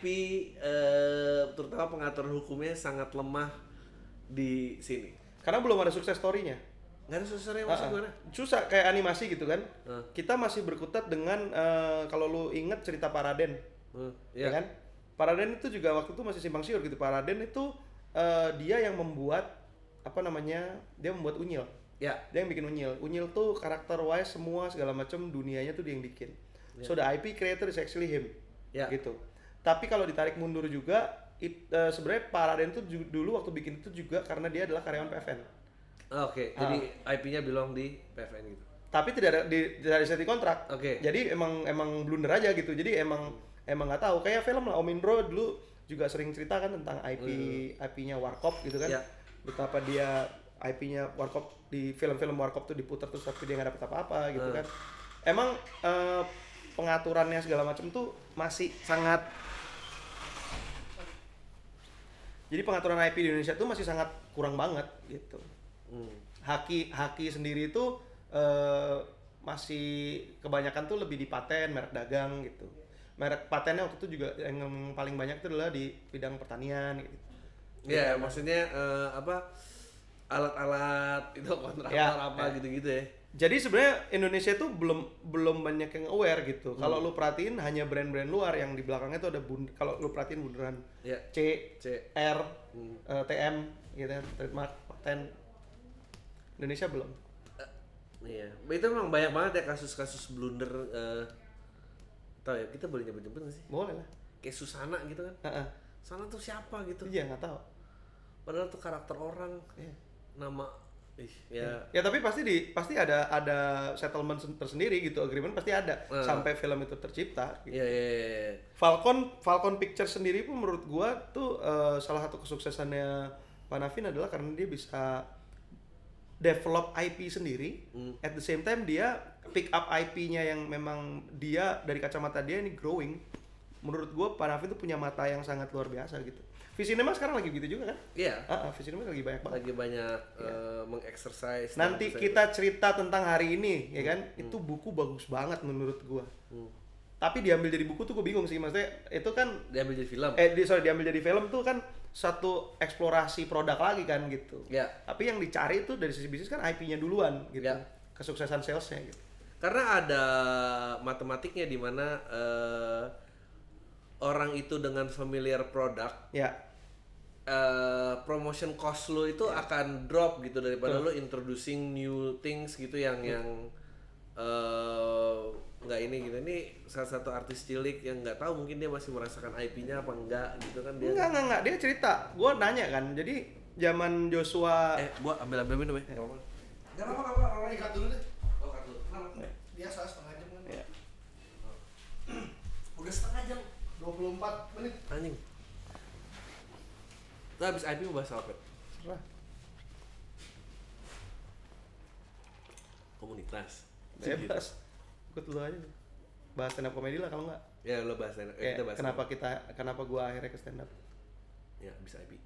eh, terutama pengatur hukumnya sangat lemah di sini? karena belum ada sukses story-nya. Nggak ada susahnya maksud Ah, ah. gimana? Susah kayak animasi gitu kan. Ah. Kita masih berkutat dengan eh, kalau lu inget cerita Paraden, Hmm, ya ya kan? Paraden itu juga waktu itu masih simpang siur gitu. Paraden itu eh, dia yang membuat apa namanya? Dia membuat Unyil. Ya. Dia yang bikin Unyil. Unyil tuh karakter wise semua segala macam dunianya tuh dia yang bikin. So the I P creator is actually him. Ya. Gitu. Tapi kalau ditarik mundur juga it, eh, sebenarnya Paraden tuh ju- dulu waktu bikin itu juga karena dia adalah karyawan P F N. Oke, Ah. jadi I P-nya belong di P F N gitu. Tapi tidak ada di tidak ada setting kontrak. Oke. Jadi emang emang blunder aja gitu. Jadi emang emang nggak tahu. Kayak film lah Om Indro dulu juga sering cerita kan tentang I P I P-nya Warkop gitu kan. Ya. Betapa dia I P-nya Warkop di film-film Warkop tuh diputar terus tapi dia nggak dapet apa-apa gitu kan. Emang eh, pengaturannya segala macam tuh masih sangat. Jadi pengaturan I P di Indonesia tuh masih sangat kurang banget gitu. Hmm. Haki haki sendiri itu eh, masih kebanyakan tuh lebih di paten, merek dagang gitu. Merek patennya waktu itu juga yang paling banyak itu adalah di bidang pertanian gitu. Ya, maksudnya eh, apa alat-alat itu kontraktor Ya, apa ya. gitu-gitu ya. Jadi sebenarnya Indonesia tuh belum belum banyak yang aware gitu. Kalau lu perhatiin hanya brand-brand luar yang di belakangnya tuh ada bund- kalau lu perhatiin bundaran Ya. C, C. R, Hmm. eh, T M gitu kan, trademark, paten. Indonesia belum. Iya, itu memang banyak banget ya kasus-kasus blunder. Eh, tahu ya, kita boleh nyebut-nyebut nggak sih? Boleh lah. Kayak Susana gitu kan. Heeh. Sana tuh siapa gitu? Iya nggak tahu. Padahal tuh karakter orang, Iya. nama, ih, ya. Ya tapi pasti di pasti ada ada settlement sen- tersendiri gitu, agreement pasti ada Hmm. sampai film itu tercipta. Gitu. Iya, iya, iya, iya. Falcon Falcon Pictures sendiri pun menurut gua tuh eh, salah satu kesuksesannya Pak Navin adalah karena dia bisa develop I P sendiri, Hmm. at the same time dia pick up I P-nya yang memang dia dari kacamata dia ini growing. Menurut gua Pak Navin tuh punya mata yang sangat luar biasa gitu. Visinema sekarang lagi gitu juga kan? Iya. Ah, ah, Visinema lagi banyak banget. Lagi banyak eh, mengexercise. Nanti dan- kita cerita tentang hari ini, ya kan? Itu buku bagus banget menurut gua. Hmm. Tapi diambil jadi buku tuh gue bingung sih, maksudnya itu kan diambil jadi film. eh di, sorry diambil jadi film tuh kan satu eksplorasi produk lagi kan gitu. Ya. Tapi yang dicari itu dari sisi bisnis kan I P-nya duluan gitu. Ya. Kesuksesan salesnya gitu. Karena ada matematiknya di mana eh, orang itu dengan familiar produk Ya. uh, promotion cost lo itu Yeah. akan drop gitu daripada Betul. lo introducing new things gitu yang hmm. yang uh, nggak ini gitu. Ini salah satu artis cilik yang nggak tahu mungkin dia masih merasakan I P-nya apa enggak gitu kan dia. Enggak, enggak, enggak. Dia cerita. Gua nanya kan. Jadi zaman Joshua Eh, gua ambil ambil minum ya. Enggak apa-apa. Enggak apa-apa, enggak apa-apa. Ikat dulu deh. Oh, cut dulu. Kenapa? Ya. Biasa setengah jam kan. Ya. Udah setengah jam. dua puluh empat menit. Anjing. Lu habis I P mau bahas apa? Serah. Komunitas. Bebas. Ikut dulu aja. Bahas stand up comedy lah kalau enggak. Ya lo bahas eh, Kayak kita bahas. kenapa kita kenapa gua akhirnya ke stand up. Ya, bisa I P.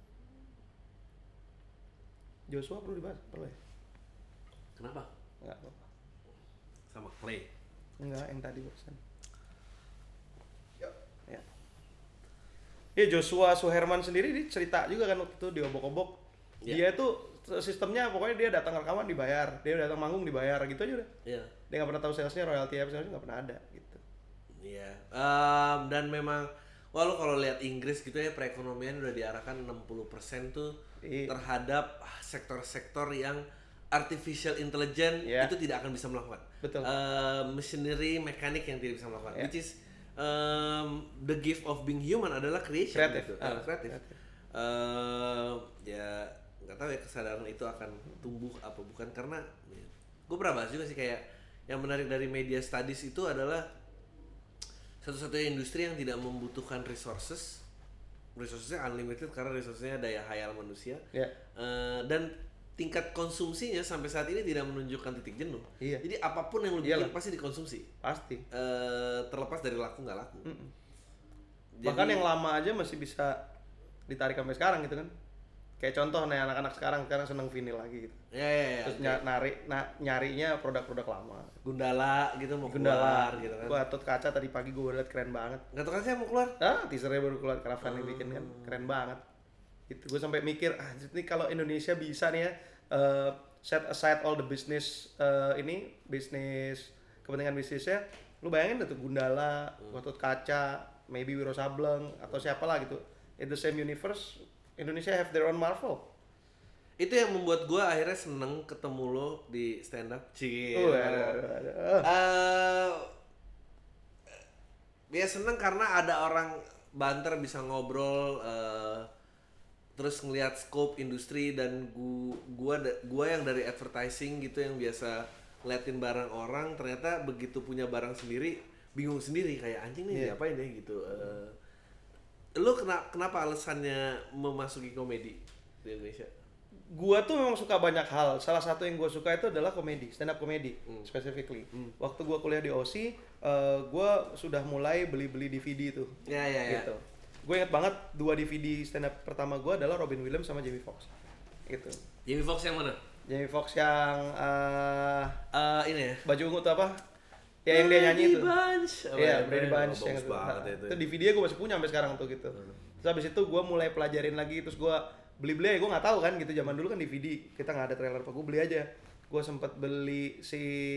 Joshua perlu dibahas, perlu ya? Kenapa? Enggak apa-apa. Sama Clay. Enggak, yang tadi barusan. Yuk. Ya. Ya Joshua Suherman sendiri dia cerita juga kan waktu itu di obok-obok. Ya. Dia tuh sistemnya pokoknya dia datang rekaman dibayar, dia datang manggung dibayar gitu aja udah. Iya. Dia nggak pernah tahu salesnya, royalty apa salesnya nggak pernah ada gitu. Iya. Um, dan memang wah lo kalau lihat Inggris gitu ya perekonomian udah diarahkan enam puluh persen tuh Iya. terhadap sektor-sektor yang artificial intelligence Yeah. itu tidak akan bisa melakukan. Betul. Uh, machinery, mekanik yang tidak bisa melakukan. Yeah. Which is um, the gift of being human adalah creation. Kreatif. Gitu. Uh, Ah, kreatif. kreatif. Uh, ya nggak tahu ya kesadaran itu akan tumbuh apa bukan karena ya, gue pernah bahas juga sih kayak yang menarik dari media studies itu adalah satu-satunya industri yang tidak membutuhkan resources, resourcesnya unlimited karena resourcesnya daya hayal manusia. Ya. Uh, dan tingkat konsumsinya sampai saat ini tidak menunjukkan titik jenuh. Iya. Jadi apapun yang lu bikin Iyalah. pasti dikonsumsi. Pasti. Uh, terlepas dari laku nggak laku. Mm-mm. Jadi- Bahkan yang lama aja masih bisa ditarik sampai sekarang gitu kan. Kayak contoh nih anak-anak sekarang sekarang seneng vinyl lagi gitu. Ya ya ya. Terus oke. ny- nari na- nyarinya produk-produk lama. Gundala gitu mau Gundala keluar gitu kan. Gua Gatot Kaca tadi pagi gua liat keren banget. Nggak tahu kan saya mau keluar. Ah, teasernya baru keluar, Caravan yang bikin kan, keren banget. Itu gue sampai mikir, ah ini kalau Indonesia bisa nih ya uh, set aside all the business uh, ini, bisnis kepentingan bisnisnya, lu bayangin tuh Gundala, Gatot Kaca, maybe Wiro Sableng atau siapa lah gitu, in the same universe, Indonesia have their own Marvel. Itu yang membuat gua akhirnya seneng ketemu lo di stand up. Cie. Oh, ada, ada, ada. Eh, ya seneng karena ada orang banter bisa ngobrol eh, terus ngelihat scope industri dan gua gua da- gua yang dari advertising gitu yang biasa ngeliatin barang orang ternyata begitu punya barang sendiri bingung sendiri kayak anjing nih Iya. diapain deh gitu. Eh, lo kena, kenapa alasannya memasuki komedi di Indonesia? Gua tuh memang suka banyak hal. Salah satu yang gua suka itu adalah komedi, stand up comedy, Hmm. specifically. Hmm. Waktu gua kuliah di O S I, eh, gua sudah mulai beli-beli D V D tuh. Ya ya ya. Gitu. Gue inget banget dua D V D stand up pertama gua adalah Robin Williams sama Jamie Foxx. Gitu. Jamie Foxx yang mana? Jamie Foxx yang eh, Eh ini ya. baju ungu tuh apa? Ya yang dia nyanyi itu. Bunch. Apa Iya, ya? Brady Bunch Oh, yang bagus itu. banget Nah, itu. itu D V D-nya gue masih punya sampai sekarang tuh gitu. Terus habis itu gue mulai pelajarin lagi, terus gue beli-beli, gue nggak tahu kan gitu, zaman dulu kan D V D kita nggak ada trailer apa, gue beli aja. Gue sempet beli si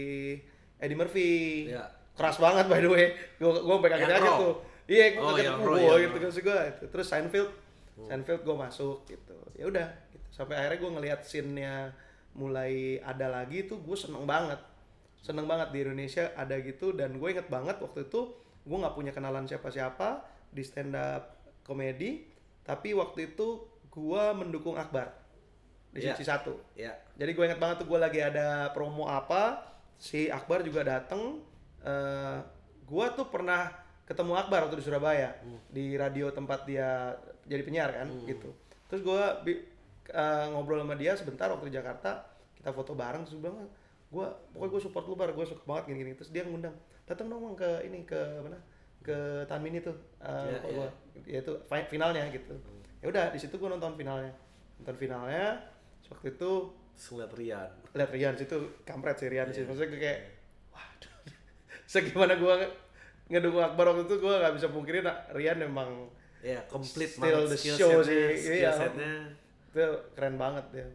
Eddie Murphy. Iya. Keras banget by the way. Gue gue sampai kaget Yang kaget Raw. tuh. Iya, gue Oh, kaget yang gue Raw, yang gitu Raw. kan gue. Terus Seinfeld, Seinfeld gue masuk gitu. Ya udah. Gitu. Sampai akhirnya gue ngelihat scene-nya mulai ada lagi tuh, gue seneng banget. Seneng banget di Indonesia ada gitu, dan gue inget banget waktu itu gue nggak punya kenalan siapa-siapa di stand up komedi, tapi waktu itu gue mendukung Akbar di Iya. sisi satu. Ya. Jadi gue inget banget tuh gue lagi ada promo apa, si Akbar juga dateng. Uh, gue tuh pernah ketemu Akbar waktu di Surabaya di radio tempat dia jadi penyiar kan gitu. Terus gue bi- uh, ngobrol sama dia sebentar waktu di Jakarta, kita foto bareng, terus gue bilang, gue pokoknya gue support lu Bar, gue suka banget gini-gini. Terus dia ngundang, datang dong Bang, ke ini ke mana, ke Tanmin itu, uh, Iya, kok iya. gua, ya itu fi- finalnya gitu. Ya udah di situ gue nonton finalnya, nonton finalnya. Terus waktu itu Terus ngeliat Rian. lihat Rian situ, kampret sih Rian sih, Iya. maksudnya gue kayak, waduh, segimana gue ngedukung Akbar waktu itu, gue nggak bisa pungkirin Rian memang Ya, komplit Still banget the skill show setnya, sih, skill iya. setnya. itu keren banget dia.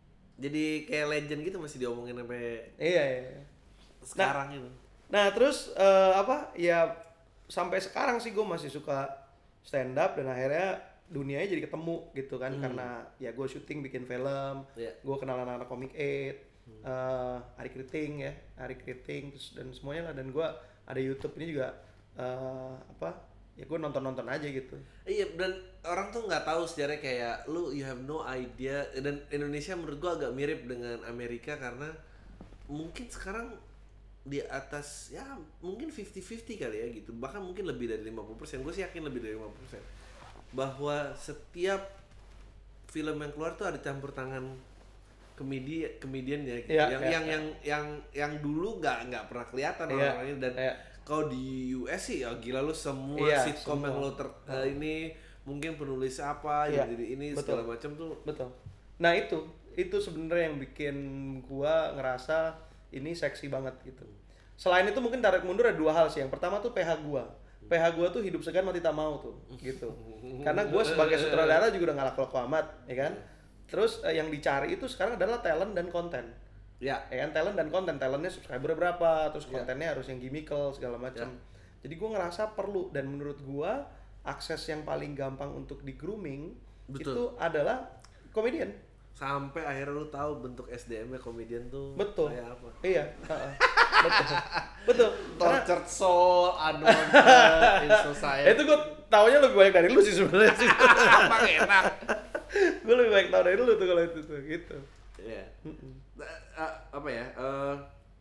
Jadi kayak legend gitu masih diomongin sampai Iya, iya. iya. sekarang itu. Nah terus eh, apa ya, sampai sekarang sih gue masih suka stand up, dan akhirnya dunianya jadi ketemu gitu kan, Hmm. karena ya gue syuting bikin film, Iya. gue kenal anak-anak komik eight, eh Ari Kriting ya, Ari Kriting terus dan semuanya lah, dan gue ada YouTube ini juga eh apa ya gue nonton-nonton aja gitu. Iya, dan orang tuh nggak tahu sejarahnya, kayak lu you have no idea. Dan Indonesia menurut gua agak mirip dengan Amerika karena mungkin sekarang di atas ya mungkin fifty fifty kali ya gitu, bahkan mungkin lebih dari lima puluh persen. Gue sih yakin lebih dari lima puluh persen bahwa setiap film yang keluar tuh ada campur tangan komedi komediannya gitu. Iya, yang, iya, yang iya. yang yang yang dulu nggak nggak pernah kelihatan Iya, orang-orangnya. Dan iya. kalau di U S sih ya gila, lu semua Iya, sitcom semua. yang lo ter eh, ini mungkin penulis apa Iya, yang jadi ini betul. segala macam tuh. Betul. Nah itu, itu sebenarnya yang bikin gua ngerasa ini seksi banget gitu. Selain itu mungkin tarik mundur ada dua hal sih. Yang pertama tuh P H gua. P H gua tuh hidup segan mati tak mau tuh, gitu. Karena gua sebagai sutradara juga udah nggak laku-laku amat, ya kan. Terus eh, yang dicari itu sekarang adalah talent dan konten. Ya, Ya kan, talent dan konten, talentnya subscriber berapa, terus Ya. kontennya harus yang gimmickal segala macam. Jadi gua ngerasa perlu, dan menurut gua akses yang paling gampang untuk di grooming Betul. itu adalah komedian. sampai akhirnya lu tahu bentuk S D M-nya komedian tuh Betul. kayak apa. Iya, heeh. Betul. Betul. Karena Tortured soul, unwanted in society. itu gue taunya lebih banyak dari lu sih sebenarnya sih. Emang enak. Gue lebih banyak tahu dari lu tuh kalau itu tuh gitu. Iya. Nah, uh, apa ya? Uh,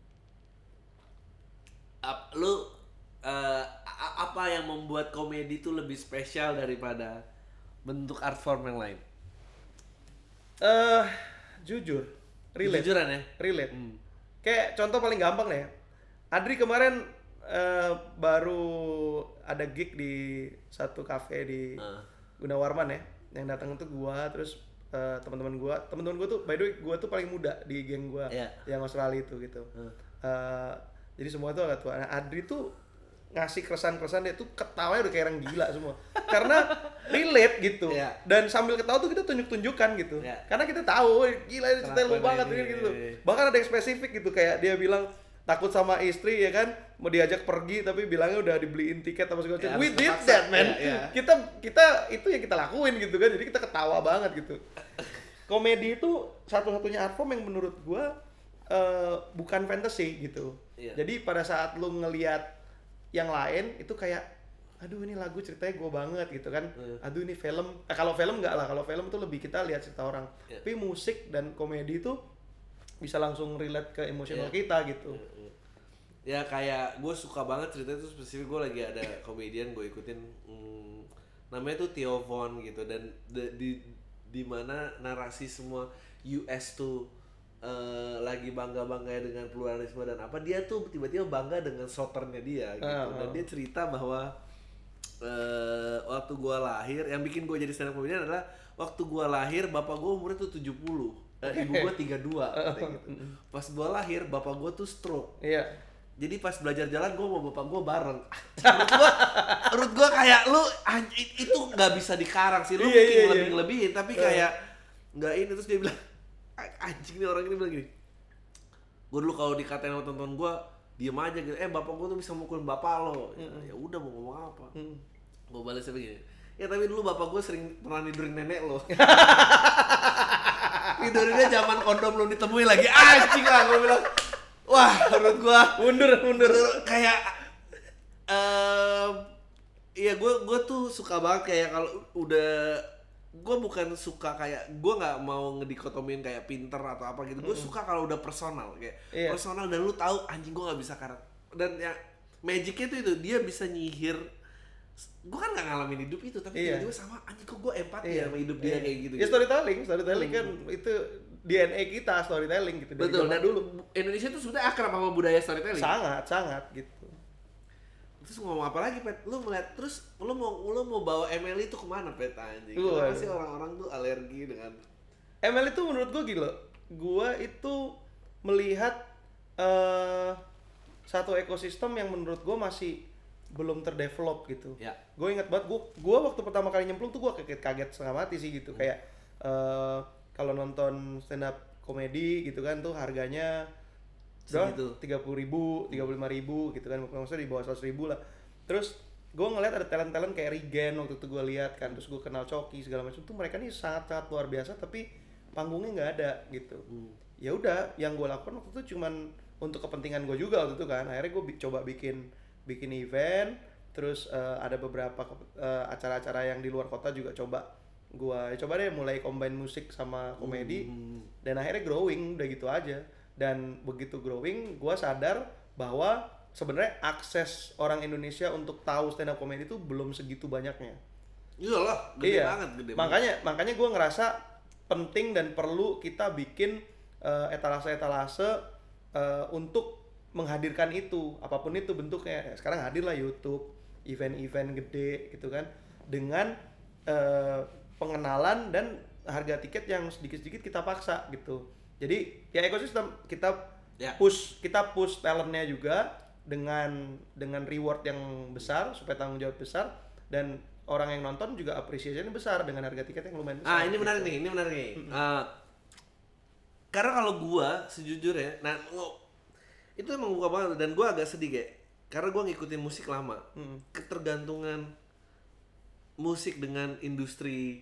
ap- lu uh, a- apa yang membuat komedi itu lebih spesial daripada bentuk art form yang lain? Eh, jujur, relate. Jujuran ya. Relate. Hmm. Kayak contoh paling gampang nih ya. Adri kemarin eh, baru ada gig di satu cafe di Ah. Gunawarman ya. Yang datang itu gua, terus eh, teman-teman gua, teman-teman gua tuh by the way gua tuh paling muda di geng gua Iya. yang Australia itu gitu. Hmm. Eh, jadi semua tuh agak tua. Nah, Adri tuh ngasih keresan-keresan, dia tuh ketawanya udah kayak orang gila semua. Karena relate gitu. Iya. Dan sambil ketawa tuh kita tunjuk-tunjukkan gitu. Iya. Karena kita tahu, gila ini cerita lu Kelakuan banget ini. gitu. Bahkan ada yang spesifik gitu, kayak dia bilang takut sama istri ya kan, mau diajak pergi tapi bilangnya udah dibeliin tiket apa segala macam. Ya, We harus did terpaksa. that man. Iya, iya. Kita kita itu yang kita lakuin gitu kan. Jadi kita ketawa banget gitu. Komedi itu satu-satunya art form yang menurut gua eh, bukan fantasy gitu. Iya. Jadi pada saat lu ngelihat yang lain itu kayak aduh ini lagu ceritanya gue banget gitu kan. Hmm. Aduh ini film. Eh, kalau film enggak lah. Kalau film tuh lebih kita lihat cerita orang. Iya. Tapi musik dan komedi itu bisa langsung relate ke emosional Iya. kita gitu. Ya kayak gue suka banget cerita itu spesifik. Gue lagi ada komedian gue ikutin, hmm, namanya tuh Theo Von gitu, dan de- di di mana narasi semua U S tuh eh, lagi bangga-bangga dengan pluralisme dan apa, dia tuh tiba-tiba bangga dengan southernnya dia gitu. Ah, Dan ah. dia cerita bahwa eh, waktu gue lahir, yang bikin gue jadi stand up comedian adalah waktu gue lahir bapak gue umurnya tuh tujuh puluh, eh, ibu gue tiga puluh dua katanya gitu. Pas gue lahir bapak gue tuh stroke. Iya. Jadi pas belajar jalan gue sama bapak gue bareng. Menurut gue, menurut gue kayak lu anj- itu nggak bisa dikarang sih. Lu Iya, mungkin iya, iya. lebih-lebihin, tapi kayak nggak ini. Terus dia bilang, "A- anjing nih orang ini bilang gini. Gue dulu kalau dikatain sama teman-teman gue, diem aja gitu. Eh bapak gue tuh bisa mukulin bapak lo. Ya udah mau ngomong apa? Mm. Gue balasnya begini. Ya tapi dulu bapak gue sering pernah nidurin nenek lo. Tidurinnya zaman kondom belum ditemui lagi. Anjing lah gue bilang. Wah, menurut gue Mundur, mundur. kayak em iya gue gue tuh suka banget kayak kalau udah, gue bukan suka kayak gue nggak mau ngedikotomin kayak pinter atau apa gitu. Gue suka kalau udah personal kayak Iya. personal, dan lu tahu anjing gue nggak bisa karat. Dan ya magicnya tuh itu dia bisa nyihir. Gue kan nggak ngalamin hidup itu, tapi Iya. tiba-tiba sama anjing kok gue empati Iya. ya sama hidup dia Iya. kayak gitu. Ya storytelling, storytelling Hmm. kan itu D N A kita, storytelling gitu dari Betul. zaman Dan dulu. Indonesia tuh sebenarnya akrab sama budaya storytelling. Sangat, sangat gitu. Terus ngomong apa lagi, Pet? Lu ngeliat, terus lu mau lu mau bawa Emily itu kemana, Pet, anjing? Wah. Kenapa sih orang-orang tuh alergi dengan M L itu menurut gue gila. Gue itu melihat eh satu ekosistem yang menurut gue masih belum terdevelop gitu. Ya. Gue ingat banget, gue gue waktu pertama kali nyemplung tuh gue kaget kaget setengah mati sih gitu. Hmm. Kayak eh kalau nonton stand up komedi gitu kan tuh harganya Segitu. tiga puluh ribu, tiga puluh lima ribu gitu kan, maksudnya di bawah seratus ribu lah. Terus gue ngeliat ada talent-talent kayak Regen waktu itu gue lihat kan, terus gue kenal Coki segala macam tuh, mereka nih sangat-sangat luar biasa tapi panggungnya nggak ada gitu. Hmm. Ya udah, yang gue lakukan waktu itu cuman untuk kepentingan gue juga waktu itu kan, akhirnya gue bi- coba bikin bikin event, terus uh, ada beberapa uh, acara-acara yang di luar kota juga coba gue ya coba deh mulai combine musik sama komedi, hmm. dan akhirnya growing udah gitu aja. Dan begitu growing gue sadar bahwa sebenarnya akses orang Indonesia untuk tahu stand up comedy itu belum segitu banyaknya. Iyalah, gede iya. banget, gede makanya banget. makanya gue ngerasa penting dan perlu kita bikin uh, etalase-etalase uh, untuk menghadirkan itu, apapun itu bentuknya. Sekarang hadir lah YouTube, event-event gede gitu kan, dengan uh, pengenalan dan harga tiket yang sedikit-sedikit kita paksa gitu. Jadi ya ekosistem kita ya. push, kita push talentnya juga dengan dengan reward yang besar supaya tanggung jawab besar, dan orang yang nonton juga appreciation besar dengan harga tiket yang lumayan besar. Ah ini menarik gitu. nih, ini menarik nih. Mm-hmm. Uh, karena kalau gua sejujurnya, nah itu emang buka banget, dan gua agak sedih kayak karena gua ngikutin musik lama, mm-hmm. ketergantungan musik dengan industri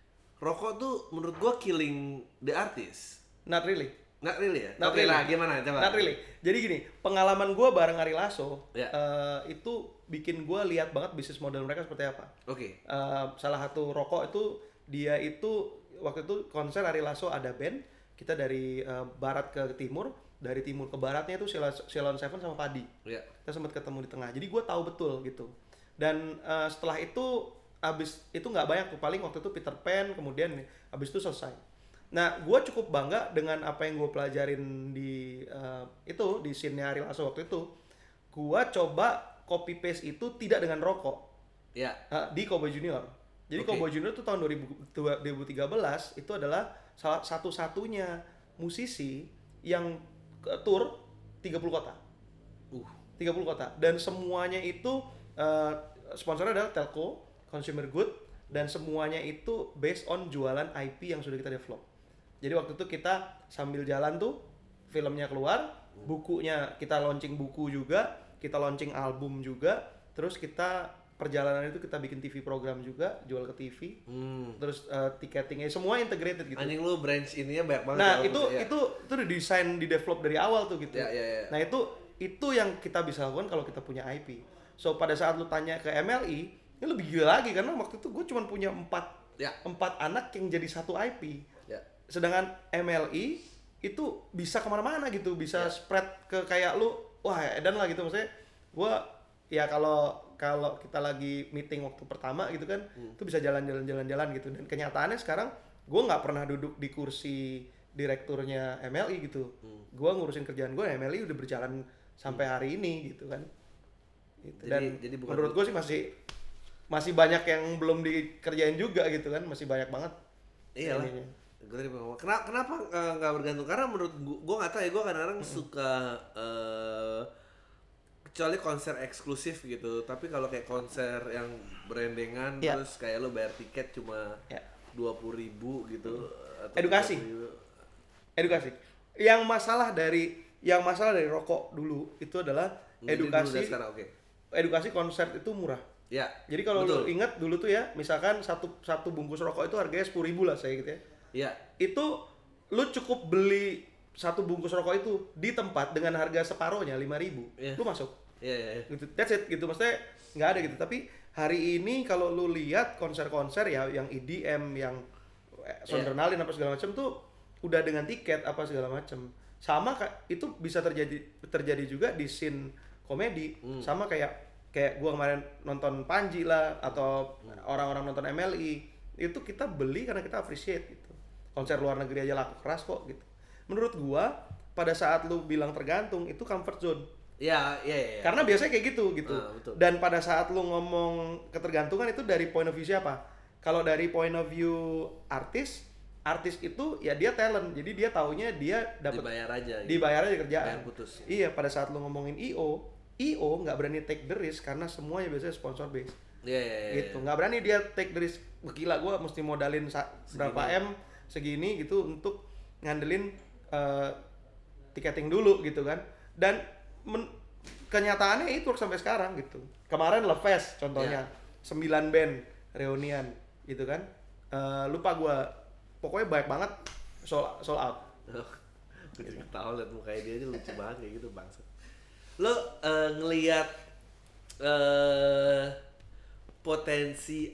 rokok tuh menurut gua killing the artist. Not really. Not really ya? Not Oke really. lah, gimana? Coba. Not really. Jadi gini, pengalaman gue bareng Ari Lasso, yeah. uh, itu bikin gue lihat banget bisnis model mereka seperti apa. Oke. Okay. Uh, salah satu rokok itu, dia itu, waktu itu konser Ari Lasso ada band, kita dari uh, barat ke timur, dari timur ke baratnya itu Ceylon Seven sama Padi. Yeah. Kita sempat ketemu di tengah, jadi gue tahu betul gitu. Dan uh, setelah itu, abis itu nggak banyak tuh, paling waktu itu Peter Pan, kemudian abis itu selesai. Nah, gue cukup bangga dengan apa yang gue pelajarin di uh, itu di scene-nya Ari Lasso waktu itu. Gue coba copy paste itu tidak dengan rokok. Ya. Uh, di Cowboy Junior. Jadi okay. Cowboy Junior itu tahun dua ribu tiga belas itu adalah salah satu-satunya musisi yang uh, tour tiga puluh kota. Uh, tiga puluh kota, dan semuanya itu uh, sponsornya adalah Telco, Consumer Good, dan semuanya itu based on jualan I P yang sudah kita develop. Jadi waktu itu kita sambil jalan tuh filmnya keluar, bukunya kita launching buku juga, kita launching album juga, terus kita perjalanan itu kita bikin T V program juga, jual ke T V, hmm. terus uh, tiketingnya semua integrated gitu. Anjing lu branch ininya banyak banget. Nah ya, itu ya. itu itu udah desain, di develop dari awal tuh gitu. Ya, ya, ya. Nah itu itu yang kita bisa lakukan kalau kita punya I P. So pada saat lu tanya ke M L I, ini lebih gila lagi karena waktu itu gue cuma punya empat ya. empat anak yang jadi satu I P. Ya. Sedangkan M L I itu bisa kemana-mana gitu, bisa ya. Spread ke kayak lu, wah edan lah gitu. Maksudnya gue ya kalau kalau kita lagi meeting waktu pertama gitu kan, hmm. itu bisa jalan-jalan jalan-jalan gitu. Dan kenyataannya sekarang gue nggak pernah duduk di kursi direkturnya M L I gitu. Hmm. Gue ngurusin kerjaan gue, M L I udah berjalan sampai hari ini gitu kan. Gitu. Jadi, Dan jadi bukan menurut gue sih masih masih banyak yang belum dikerjain juga gitu kan, masih banyak banget. Iyalah. Gue tadi ngomong, kenapa kenapa nggak bergantung? Karena menurut gue, gue nggak tahu ya, gue kadang-kadang mm-hmm. suka uh, kecuali konser eksklusif gitu. Tapi kalau kayak konser yang berendengan, yeah. terus kayak lo bayar tiket cuma dua puluh ribu gitu. Mm-hmm. Atau edukasi. Edukasi. Yang masalah dari yang masalah dari rokok dulu itu adalah edukasi. Dulu sekarang, okay. Edukasi konser itu murah. Ya. Jadi kalau lo ingat dulu tuh ya, misalkan satu satu bungkus rokok itu harganya sepuluh ribu lah saya gitu ya. Iya. Itu lu cukup beli satu bungkus rokok itu di tempat dengan harga separohnya lima ribu. Yeah. Lu masuk. Iya, yeah, iya, yeah, yeah. Gitu. That's it gitu. Maksudnya nggak ada gitu. Tapi hari ini kalau lu lihat konser-konser ya yang E D M, yang Sondernalin yeah. apa segala macam tuh udah dengan tiket apa segala macam. Sama itu bisa terjadi terjadi juga di scene komedi. Hmm. Sama kayak kayak gua kemarin nonton Panji lah, atau hmm. orang-orang nonton M L I, itu kita beli karena kita appreciate gitu. Konser luar negeri aja laku keras kok gitu. Menurut gua pada saat lu bilang tergantung, itu comfort zone. Iya, iya, iya. Karena biasanya kayak gitu gitu. Ah, betul. Dan pada saat lu ngomong ketergantungan itu dari point of view siapa? Kalau dari point of view artis, artis itu ya dia talent. Jadi dia taunya dia dapat dibayar aja. Gitu. Dibayar aja kerjaan. Bayar putus. Iya, pada saat lu ngomongin I O, I O nggak berani take the risk karena semuanya biasanya sponsor base. Iya, iya, iya. Gitu. Nggak berani dia take the risk. Gila, gue mesti modalin sa- berapa M segini gitu untuk ngandelin uh, tiketing dulu gitu kan. Dan men- kenyataannya itu sampai sekarang gitu. Kemarin Lefest contohnya, sembilan band reunian gitu kan. Uh, lupa gua, pokoknya banyak banget sold, sold out. Gue juga tau liat mukanya dia aja lucu banget kayak gitu bangsa. Lo uh, ngelihat uh, potensi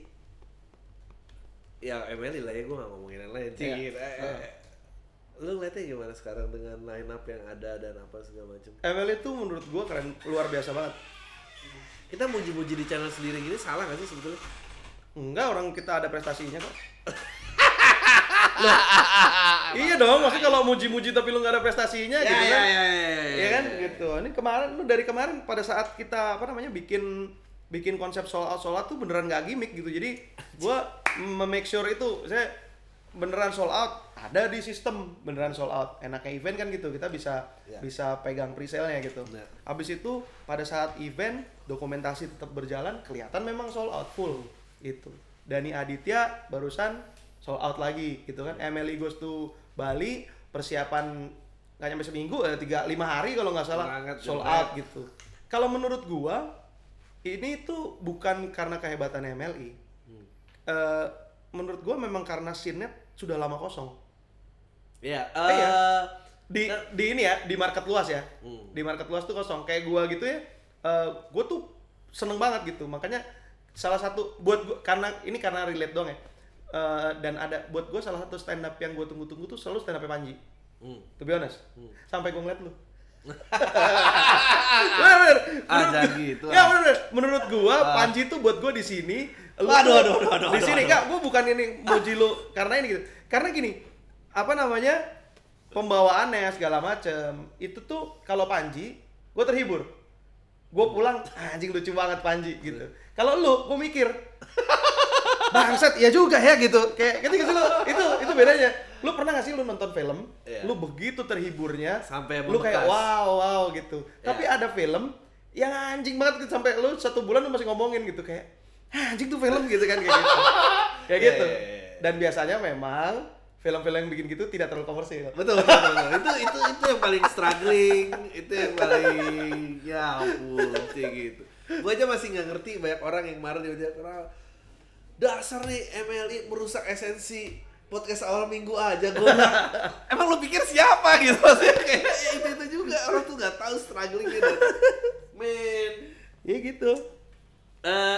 ya M L I lah ya, gue gak ngomongin yang lain sih. Iya. Eh, eh, Lo ngeliatnya gimana sekarang dengan line up yang ada dan apa segala macam? M L itu menurut gua keren, luar biasa banget. Kita muji-muji di channel sendiri gini salah gak sih sebetulnya? Enggak, orang kita ada prestasinya kok. Loh, iya dong, maksudnya kalau muji-muji tapi lu nggak ada prestasinya Ya, gitu ya, kan? ya, ya, ya, Iya kan, ya. gitu. Ini kemarin lu dari kemarin pada saat kita apa namanya bikin bikin konsep sold out sold out tuh beneran nggak gimmick gitu. Jadi gua make sure itu saya beneran sold out, ada di sistem beneran sold out. Enaknya event kan gitu, kita bisa Ya. bisa pegang presale-nya gitu. Benar. Habis itu pada saat event dokumentasi tetap berjalan, kelihatan memang sold out full gitu. Dani Aditya barusan sold out lagi gitu kan. M L I Goes to Bali persiapan nggak nyampe seminggu, eh, tiga lima hari kalau nggak salah Berangkat, sold jemret. out gitu. Kalau menurut gua ini tuh bukan karena kehebatan M L I. Hmm. Eh, menurut gua memang karena scene-nya sudah lama kosong. Iya. Eh, iya. eh, Di di ini ya, di market luas ya. Hmm. Di market luas tuh kosong. Kayak gua gitu ya. eh, gua tuh seneng banget gitu. Makanya salah satu buat gua, karena ini karena relate dong ya. Eh, dan ada buat gua salah satu stand up yang gua tunggu-tunggu tuh selalu stand up Panji. Hmm. To be honest. Hmm. Sampai gua ngeliat lu. bener, bener. Ah, Menurut- jangan gitu, Ya ah. bener, bener. Menurut gua Ah. Panji tuh buat gua di sini. lu Waduh, tuh aduh, aduh, aduh, Di aduh, sini aduh. enggak, gua bukan ini muji lu karena ini gitu. Karena gini, apa namanya? Pembawaannya segala macem itu tuh kalau Panji, gua terhibur. Gua pulang, anjing lucu banget Panji gitu. Kalau lu, gua mikir, bangsat ya juga ya gitu. Kayak ketika lu itu itu bedanya. Lu pernah gak sih lu nonton film, Iya. lu begitu terhiburnya, Sampai lu kayak membekas. wow wow gitu. Iya. Tapi ada film yang anjing banget gitu, sampai lu satu bulan lu masih ngomongin gitu kayak "Ah, anjing tuh film gitu kan kayak gitu. Kayak Iya, gitu. iya, iya. Dan biasanya memang film-film yang bikin gitu tidak terlalu komersil. Betul, betul, betul, betul. Itu itu itu yang paling struggling, itu yang paling ya ampun kayak gitu. Gua aja masih nggak ngerti banyak orang yang marah dia karena dasar nih M L I merusak esensi podcast awal minggu aja. Gua bilang, emang lu pikir siapa gitu maksudnya kayak ya, itu itu juga orang tuh nggak tahu strugglingnya dan men. Iya gitu. Eh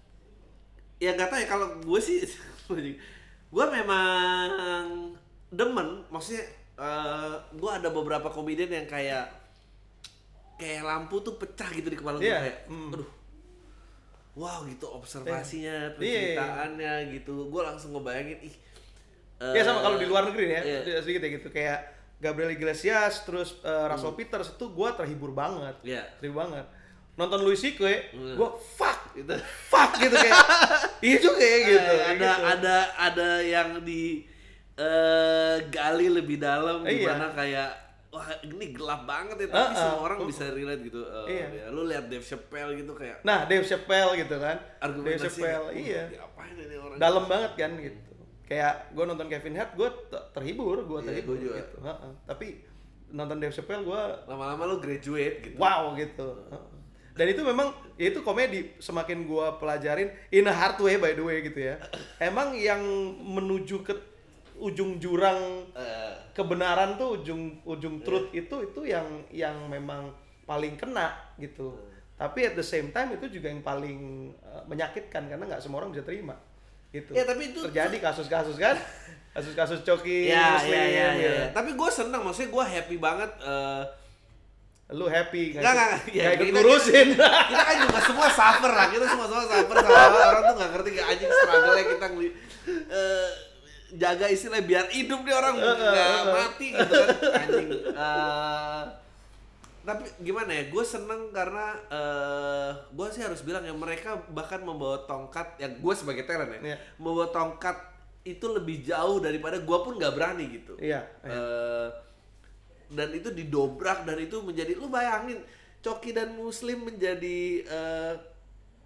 ya nggak tahu ya kalau gue sih gue memang demen, maksudnya uh, gue ada beberapa komedian yang kayak kayak lampu tuh pecah gitu di kepala gue Iya, kayak mm. aduh wow gitu observasinya, Iya. penceritaannya gitu, gue langsung ngebayangin ih Ya sama kalau di luar negeri nih ya, iya. sedikit ya gitu kayak Gabriel Iglesias terus uh, Russell Peters itu gua terhibur banget. Iya. Terhibur banget. Nonton Louis C K, Hmm. gua fuck gitu. fuck gitu kayak iya juga ya gitu. Eh, kayak ada gitu. ada ada yang di eh, gali lebih dalam Iya. gimana kayak wah ini gelap banget ya tapi Uh-uh. semua orang bisa relate gitu. Eh, Iya. ya, lu lihat Dave Chappelle gitu kayak Nah, Dave Chappelle gitu kan. Dave argumentasi Chappelle, kayak, iya. "Wah, diapain ini orang Dalam banget kan gitu. Kayak gua nonton Kevin Hart, gua t- terhibur, gua Iya, terhibur gua juga. gitu. Heeh. Tapi nonton Dave Chappelle gua lama-lama lu graduate gitu. wow gitu. Heeh. Dan itu memang ya itu komedi semakin gua pelajarin in a hard way by the way gitu ya. Emang yang menuju ke ujung jurang Eh, kebenaran tuh ujung ujung truth itu itu yang yang memang paling kena gitu. Tapi at the same time itu juga yang paling uh, menyakitkan karena nggak semua orang bisa terima gitu. Ya, tapi itu- terjadi kasus-kasus kan, kasus-kasus coki ya, muslim ya, ya, ya, gitu. ya. Tapi gue seneng, maksudnya gue happy banget. eh, Lu happy Nggak, nggak, nggak. Ya, nggak ikut kita- ngurusin. kita kan juga semua suffer lah, kita semua semua suffer sama orang tuh nggak ngerti kayak anjing struggle-nya kita ngeli eh, jaga istilah biar hidup nih orang nggak mati gitu kan anjing. Eh, tapi gimana ya, gue seneng karena eh gue sih harus bilang ya mereka bahkan membawa tongkat, ya gue sebagai talent ya, Iya. membawa tongkat itu lebih jauh daripada gue pun nggak berani gitu. Iya, iya. Eh, dan itu didobrak dan itu menjadi, lu bayangin Coki dan Muslim menjadi eh,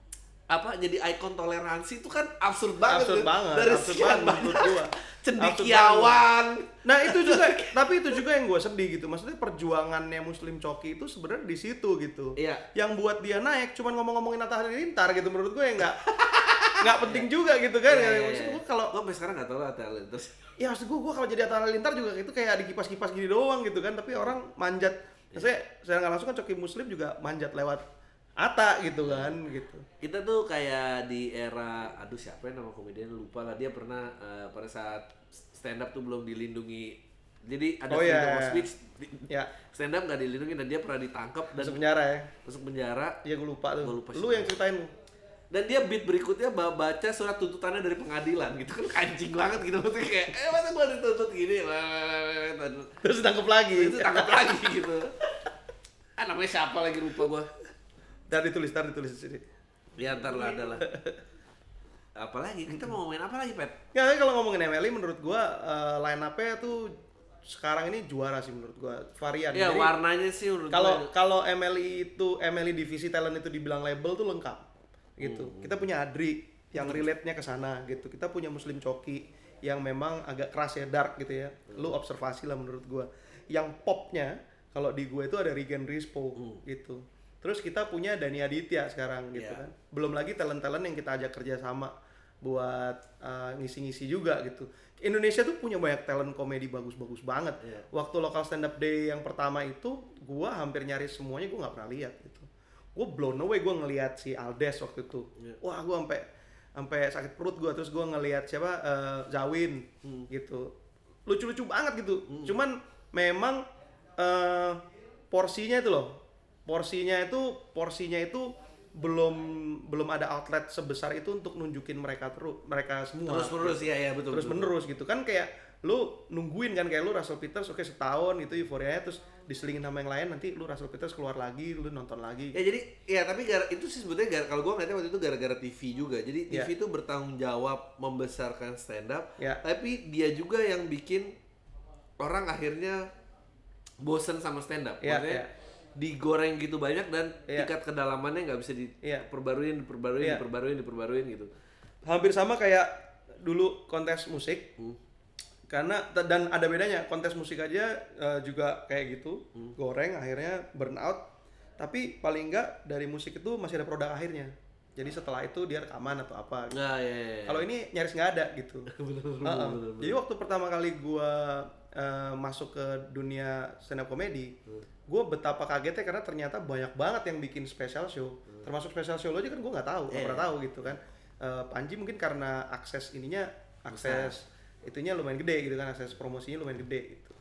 apa jadi ikon toleransi itu kan absurd banget. Absurd tuh. banget, Dari absurd sekian banget menurut banyak gua. cendikiawan. Nah itu juga, tapi itu juga yang gue sedih gitu. Maksudnya perjuangannya Muslim Coki itu sebenarnya di situ gitu. Iya. Yang buat dia naik, cuman ngomong-ngomongin Atta Halilintar gitu. Menurut gue ya nggak nggak penting juga gitu kan. Iya, iya, Maksud iya. gue kalau, Gua sampai sekarang nggak tahu lah Atta Halilintar. ya maksud gue, gue kalau jadi Atta Halilintar juga itu kayak dikipas-kipas gini doang gitu kan. Tapi orang manjat. Maksudnya saya nggak langsung kan Coki Muslim juga manjat lewat Atta gitu kan gitu. Kita tuh kayak di era, aduh siapa ya nama komedian lupa lah, dia pernah uh, pada saat stand up tuh belum dilindungi, jadi ada Oh, freedom iya, of iya. speech, di- Ya, stand up nggak dilindungi dan dia pernah ditangkap dan masuk penjara ya. masuk penjara. Iya gue lupa tuh. Gua lupa Lu siapa. yang ceritain. Dan dia beat berikutnya ba- baca surat tuntutannya dari pengadilan gitu kan, anjing banget gitu, maksudnya kayak eh masa gua dituntut gini, Terus ditangkap lagi. itu tangkap lagi gitu. Ah namanya siapa lagi lupa gua. Dan ditulis, ntar ditulis di sini. Ya ntar lah ada lah. Apalagi kita mau ngomongin apa lagi Pet? Ya, tapi kalau ngomongin M L I menurut gua uh, line up-nya tuh sekarang ini juara sih menurut gua, varian. Ya Jadi, warnanya sih menurut kalau gua- kalau M L I itu M L I divisi talent itu dibilang label tuh lengkap gitu. Hmm. Kita punya Adri yang relate-nya ke sana gitu. Kita punya Muslim Coki yang memang agak keras ya, dark gitu ya. Lu observasi lah menurut gua. Yang popnya kalau di gua itu ada Regan Rispo Hmm. gitu. Terus kita punya Dani Aditya sekarang gitu Yeah. kan. Belum lagi talent-talent yang kita ajak kerja sama buat uh, ngisi-ngisi juga gitu. Indonesia tuh punya banyak talent komedi bagus-bagus banget. Yeah. Waktu local stand up day yang pertama itu, gua hampir nyaris semuanya gua nggak pernah lihat gitu. Gua blown away gua ngelihat si Aldes waktu itu. Yeah. Wah, gua sampai sampai sakit perut gua. Terus gua ngelihat siapa uh, Zawin Hmm. gitu. Lucu-lucu banget gitu. Hmm. Cuman memang uh, porsinya itu loh. Porsinya itu porsinya itu belum belum ada outlet sebesar itu untuk nunjukin mereka terus mereka semua terus menerus ya ya betul. terus betul. menerus gitu kan, kayak lu nungguin kan, kayak lu Russell Peters oke setahun gitu euforianya, terus diselingin sama yang lain, nanti lu Russell Peters keluar lagi, lu nonton lagi. Ya jadi ya tapi gara, itu sih sebetulnya gara, kalau gue ngeliatnya waktu itu gara-gara T V juga. Jadi T V Ya. itu bertanggung jawab membesarkan stand up, Ya. tapi dia juga yang bikin orang akhirnya bosen sama stand up. Ya, Maksudnya ya. digoreng gitu banyak dan Ya. tingkat kedalamannya nggak bisa Ya. diperbaruin, diperbaruin, Ya. diperbaruin, diperbaruin gitu. Hampir sama kayak dulu kontes musik. Hmm. Karena dan ada bedanya, kontes musik aja eh, juga kayak gitu, Hmm. goreng akhirnya burn out. Tapi paling enggak dari musik itu masih ada produk akhirnya. Jadi setelah itu dia rekaman atau apa. Nah, ya, ya, ya. Kalau ini nyaris nggak ada gitu. Bener, bener, Heeh. bener, bener. Jadi waktu pertama kali gua eh, masuk ke dunia stand up comedy, Hmm. gue betapa kagetnya karena ternyata banyak banget yang bikin special show. Hmm. Termasuk special show lo aja kan gue nggak tahu, nggak Iya. pernah tahu gitu kan. Eh, Panji mungkin karena akses ininya, akses itunya lumayan gede gitu kan, akses promosinya lumayan gede gitu.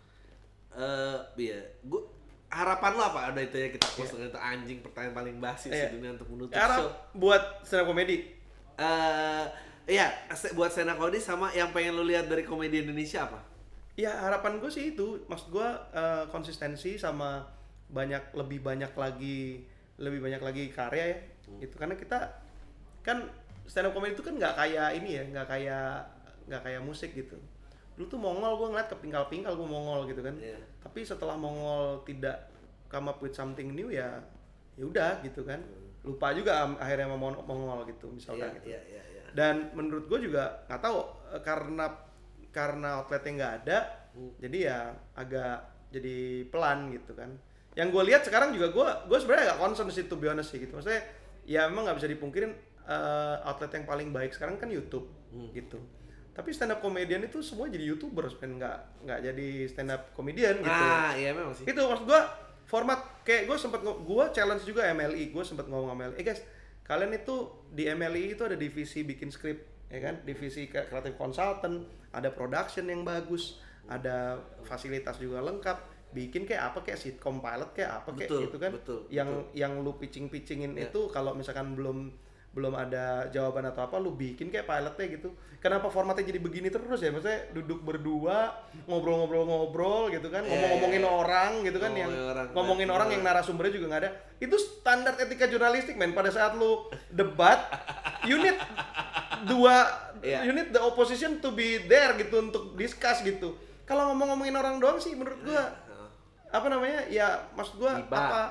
Eh, iya, gua harapan lo apa? Ada itu ya kita close dengan itu anjing pertanyaan paling basi Iya. di dunia untuk menutup Harap show. buat stand up comedy. Eh, iya, se- buat stand up comedy sama yang pengen lo lihat dari komedi Indonesia apa? Ya harapan gue sih itu, maksud gue eh, konsistensi sama banyak lebih banyak lagi lebih banyak lagi karya ya, gitu. Karena kita kan stand up comedy itu kan nggak kayak ini ya, nggak kayak nggak kayak musik gitu. Dulu tuh Mongol gue ngeliat kepingkal-pingkal gue Mongol gitu kan. Iya. Tapi setelah Mongol tidak come up with something new ya, ya udah gitu kan. Lupa juga am- akhirnya sama Mon- Mongol gitu misalkan Iya, gitu. iya, iya, iya. Dan menurut gue juga nggak tahu eh, karena karena outletnya nggak ada, Hmm. jadi ya agak jadi pelan gitu kan. Yang gue lihat sekarang juga gue gue sebenarnya agak concern sih, to be honest sih gitu. Maksudnya ya memang nggak bisa dipungkirin eh, outlet yang paling baik sekarang kan YouTube Hmm. gitu. Tapi stand up comedian itu semua jadi YouTuber, kan nggak nggak jadi stand up comedian gitu. Ah, iya memang sih. Itu maksud gue format kayak gue sempat gue challenge juga M L I, gue sempat ngomong sama M L I, eh guys kalian itu di M L I itu ada divisi bikin skrip ya kan, divisi kayak creative consultant, ada production yang bagus, ada fasilitas juga lengkap, bikin kayak apa kayak sitcom pilot kayak apa kayak Betul, gitu kan, betul, yang betul. yang lu pitching pitchingin Ya. itu kalau misalkan belum belum ada jawaban atau apa lu bikin kayak pilotnya gitu. Kenapa formatnya jadi begini terus ya, maksudnya duduk berdua ngobrol-ngobrol-ngobrol gitu kan, Ya, ngomong-ngomongin ya, ya. orang gitu kan, yang Ngomongin orang. ngomongin Nah, orang yang narasumbernya juga nggak ada. Itu standar etika jurnalistik men. Pada saat lu debat, you need dua, Iya. you need the opposition to be there gitu untuk discuss gitu. Kalau ngomong-ngomongin orang doang sih menurut gua apa namanya ya, maksud gua Gibah. apa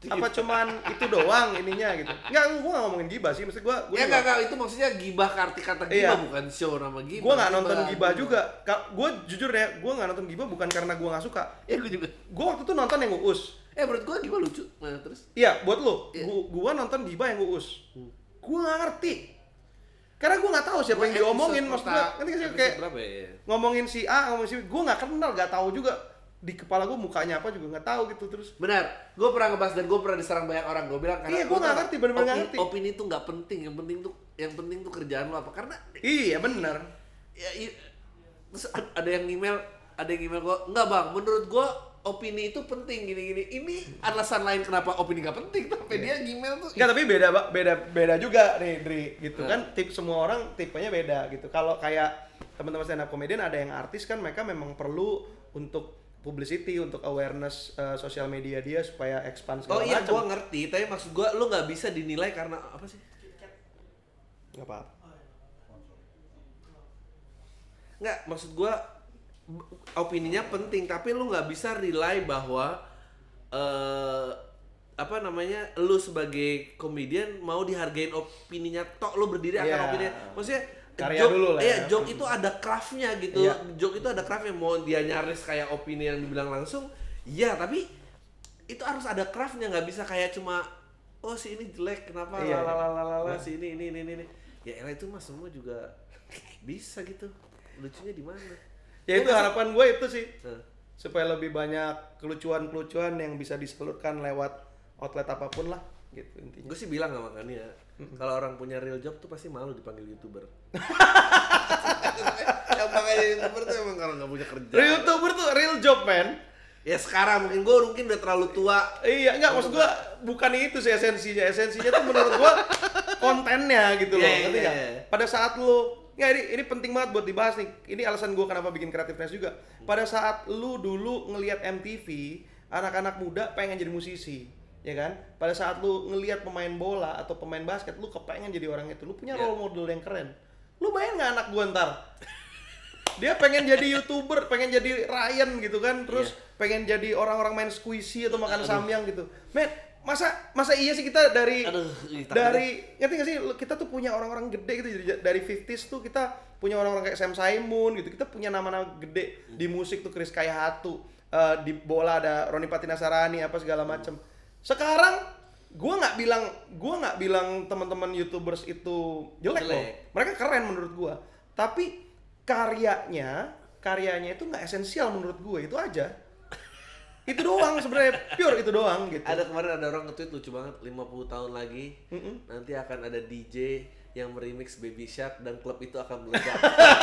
apa cuman itu doang ininya gitu. Enggak, gua enggak ngomongin gibah sih, maksud gua gua Ya juga- enggak enggak itu maksudnya gibah arti kata gibah Iya. bukan show nama gibah. gua nggak nonton gibah juga. Ka- gua jujur ya, gua nggak nonton gibah bukan karena gua nggak suka. Ya gue juga. Gua waktu itu nonton yang Uus. Eh menurut gua gibah lucu. Nah, terus Iya, buat lu. Iya. Gua, gua nonton gibah yang Uus. Hmm. Gua nggak ngerti. Karena gua nggak tahu siapa yang diomongin, maksudnya ngerti nggak sih episode kayak berapa ya? ngomongin si A, ngomongin si B, gua nggak kenal, nggak tahu juga di kepala gua mukanya apa juga nggak tahu gitu terus. Benar, gue pernah ngebahas dan gue pernah diserang banyak orang. Gue bilang karena Iya, gua nggak tahu, ngerti, bener-bener nggak opini- ngerti. Opini itu nggak penting, yang penting tuh yang penting tuh kerjaan lo apa. Karena Iya benar. ya, i- terus ad- ada yang email, ada yang email gue, enggak bang, menurut gue opini itu penting gini-gini. Ini alasan lain kenapa opini nggak penting. Tapi dia email tuh. Enggak, tapi beda Pak. beda beda juga nih Dri gitu Nah. kan, tip semua orang tipenya beda gitu. Kalau kayak teman-teman stand up comedian ada yang artis kan, mereka memang perlu untuk publicity, untuk awareness uh, sosial media dia supaya expand Oh segala iya, macam. gue ngerti. Tapi maksud gue, lo nggak bisa dinilai karena apa sih? Nggak apa-apa. Nggak, maksud gue opininya penting, tapi lu nggak bisa rely bahwa eh apa namanya, lu sebagai komedian mau dihargain opininya tok, lu berdiri akan Iya. opini. Maksudnya Karya joke, dulu lah iya, ya. joke itu ada craftnya gitu. Iya. Joke itu ada craftnya, mau dia nyaris kayak opini yang dibilang langsung, iya, tapi itu harus ada craftnya, nggak bisa kayak cuma oh si ini jelek kenapa Iya, iya. lalalala Nah. si ini ini ini ini. Ya elah, itu mah semua juga bisa gitu. Lucunya di mana? Ya itu nggak sih? harapan gue itu sih. Nah. Supaya lebih banyak kelucuan-kelucuan yang bisa disalurkan lewat outlet apapun lah gitu intinya. Gue sih bilang sama Kania, kalau orang punya real job tuh pasti malu dipanggil youtuber. Yang panggil youtuber tuh emang kalau nggak punya kerja. Real YouTuber tuh real job, man. Ya sekarang mungkin gue mungkin udah terlalu tua. Iya, enggak, maksud gua bukan itu sih esensinya. Esensinya tuh menurut gua kontennya gitu loh, Iya, ngerti iya, nggak? iya. Pada saat lu, ya ini ini penting banget buat dibahas nih. Ini alasan gua kenapa bikin Creative Nest juga. Pada saat lu dulu ngelihat M T V, anak-anak muda pengen jadi musisi, ya kan? Pada saat lu ngelihat pemain bola atau pemain basket, lu kepengen jadi orang itu. Lu punya Iya. role model yang keren. Lu bayang nggak anak gua ntar? Dia pengen jadi YouTuber, pengen jadi Ryan gitu kan, terus Iya. pengen jadi orang-orang main squishy atau makan samyang gitu. Men, masa masa iya sih kita dari Aduh, ih, takut dari ngerti gak sih, kita tuh punya orang-orang gede gitu, dari- dari fifties tuh kita punya orang-orang kayak Sam Simon gitu, kita punya nama-nama gede di musik tuh, Chris Kayahatu, eh, di bola ada Roni Patinasarani apa segala macem. Sekarang gua nggak bilang gua nggak bilang teman-teman YouTubers itu jelek, Jelek. loh, mereka keren menurut gua, tapi karyanya karyanya itu nggak esensial menurut gue, itu aja. Itu doang sebenarnya, pure itu doang gitu. Ada kemarin ada orang nge-tweet lucu banget, lima puluh tahun lagi Mm-mm. nanti akan ada D J yang meremix Baby Shark dan klub itu akan meledak.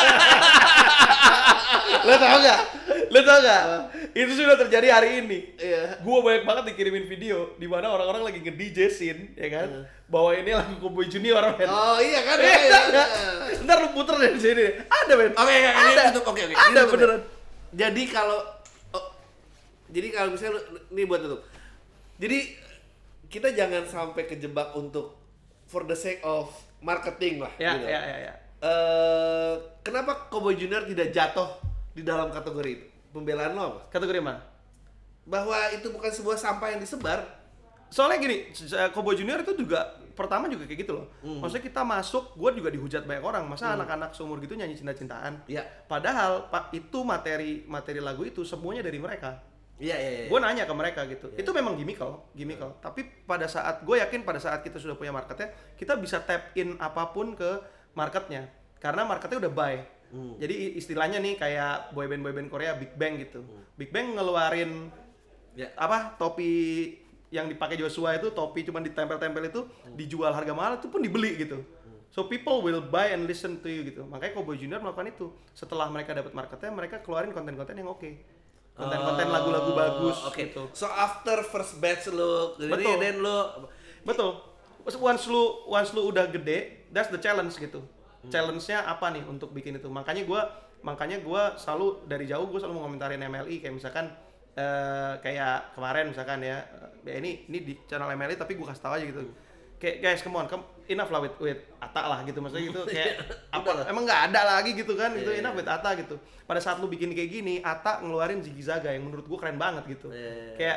Lo tau gak? Lo tau gak? Itu sudah terjadi hari ini. Iya. Gue banyak banget dikirimin video di mana orang-orang lagi nge-D J scene, ya kan? Iya. Bawa ini lagu Cowboy Junior, men. Oh iya kan? Eh, Iya, iya, ntar, iya. ntar lu puter dari sini. Ada, men. Oke, oke, ini Ada. tutup. Oke, oke. Ini Ada tutup, ya. beneran. Jadi kalau oh, jadi kalau misalnya lu- ini buat tutup. Jadi kita jangan sampai kejebak untuk for the sake of marketing lah. Ya, gitu. ya, ya, ya. Eh, kenapa Cowboy Junior tidak jatuh di dalam kategori itu? Pembelaan lo apa? Kategori mana? Bahwa itu bukan sebuah sampah yang disebar. Soalnya gini, Cowboy Junior itu juga pertama juga kayak gitu loh. Hmm. Maksudnya kita masuk, gue juga dihujat banyak orang. Masa anak-anak seumur gitu nyanyi cinta-cintaan? Iya. Padahal pak itu materi materi lagu itu semuanya dari mereka. Iya, iya, iya. Gue nanya ke mereka gitu. Iya. Itu memang gimmickal, gimmickal. Tapi pada saat gue yakin pada saat kita sudah punya marketnya, kita bisa tap in apapun ke marketnya. Karena marketnya udah buy. Hmm. Jadi i- istilahnya nih kayak boyband boyband Korea, Big Bang gitu. Hmm. Big Bang ngeluarin Ya. apa topi yang dipakai Joshua itu, topi cuman ditempel-tempel itu dijual harga mahal, itu pun dibeli gitu. So people will buy and listen to you gitu. Makanya Cowboy Junior melakukan itu. Setelah mereka dapat marketnya, mereka keluarin konten-konten yang oke. Konten-konten Oh, lagu-lagu bagus Oke. gitu. So after first batch lo, jadi Betul. then lo Betul. Once lu once lu udah gede, that's the challenge gitu. Challenge-nya apa nih untuk bikin itu? Makanya gua makanya gua selalu dari jauh gua selalu ngomentarin M L I kayak misalkan eh kayak kemarin misalkan ya, ya ini ini di channel M L I tapi gua kasih tahu aja gitu. Kayak guys, come on, come enough lah with with Ata lah gitu, maksudnya gitu kayak apa emang nggak ada lagi gitu kan, itu Iya, enough iya. with Ata gitu. Pada saat lu bikin kayak gini, Ata ngeluarin Ziggy Zaga yang menurut gua keren banget gitu. Iya. Kayak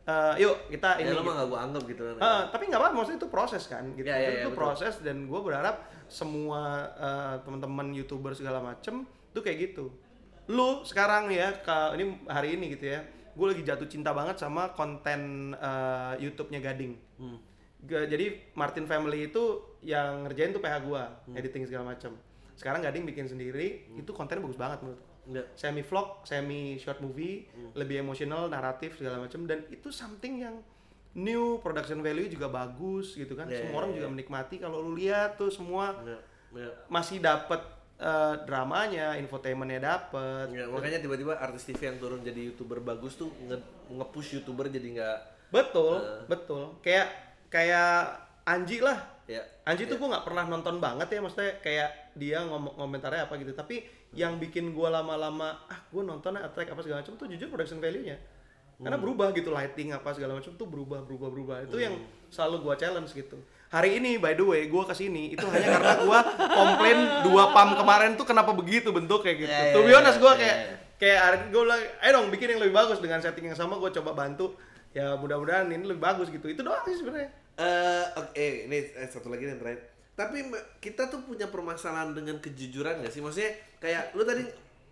eh, yuk kita Ya ini. lo mah gitu. nggak gua anggap gitu kan. Eh, tapi nggak apa-apa, maksudnya itu proses kan, gitu. Ya, ya, ya, itu betul. proses dan gue berharap semua eh, teman-teman youtuber segala macem tuh kayak gitu. Lu sekarang ya, ke, ini hari ini gitu ya, gue lagi jatuh cinta banget sama konten eh, YouTube-nya Gading. Hmm. Ga- Jadi Martin Family itu yang ngerjain tuh P H gua, editing segala macem. Sekarang Gading bikin sendiri, itu kontennya bagus banget menurut gua. Enggak. Semi vlog, semi short movie, lebih emosional, naratif segala macam, dan itu something yang new, production value juga bagus gitu kan. Yeah, Semua orang yeah, juga yeah. menikmati. Kalau lu lihat tuh semua Enggak. Enggak. masih dapet eh, dramanya, infotainmentnya dapet. Enggak, makanya tiba-tiba artis T V yang turun jadi YouTuber bagus tuh nge- nge-push YouTuber jadi nggak Betul, Eh. betul. Kayak kayak Anji lah. ya. Anji tuh gue nggak pernah nonton banget ya, maksudnya kayak dia ngomong komentarnya apa gitu. Tapi yang bikin gue lama-lama ah gue nonton Attack apa segala macam tuh jujur production value-nya. Karena berubah gitu, lighting apa segala macam tuh berubah berubah berubah. Itu yang selalu gue challenge gitu. Hari ini by the way gue kesini itu hanya karena gue komplain dua pam kemarin tuh kenapa begitu bentuknya gitu. Ya, ya, To be honest gue ya, kayak ya. kayak hari ini gue bilang, ayo dong bikin yang lebih bagus dengan setting yang sama, gue coba bantu. Ya mudah-mudahan ini lebih bagus gitu. Itu doang sih sebenarnya. Eh, oke, ini eh, satu lagi yang terakhir. Tapi me- kita tuh punya permasalahan dengan kejujuran nggak sih? Maksudnya kayak lu tadi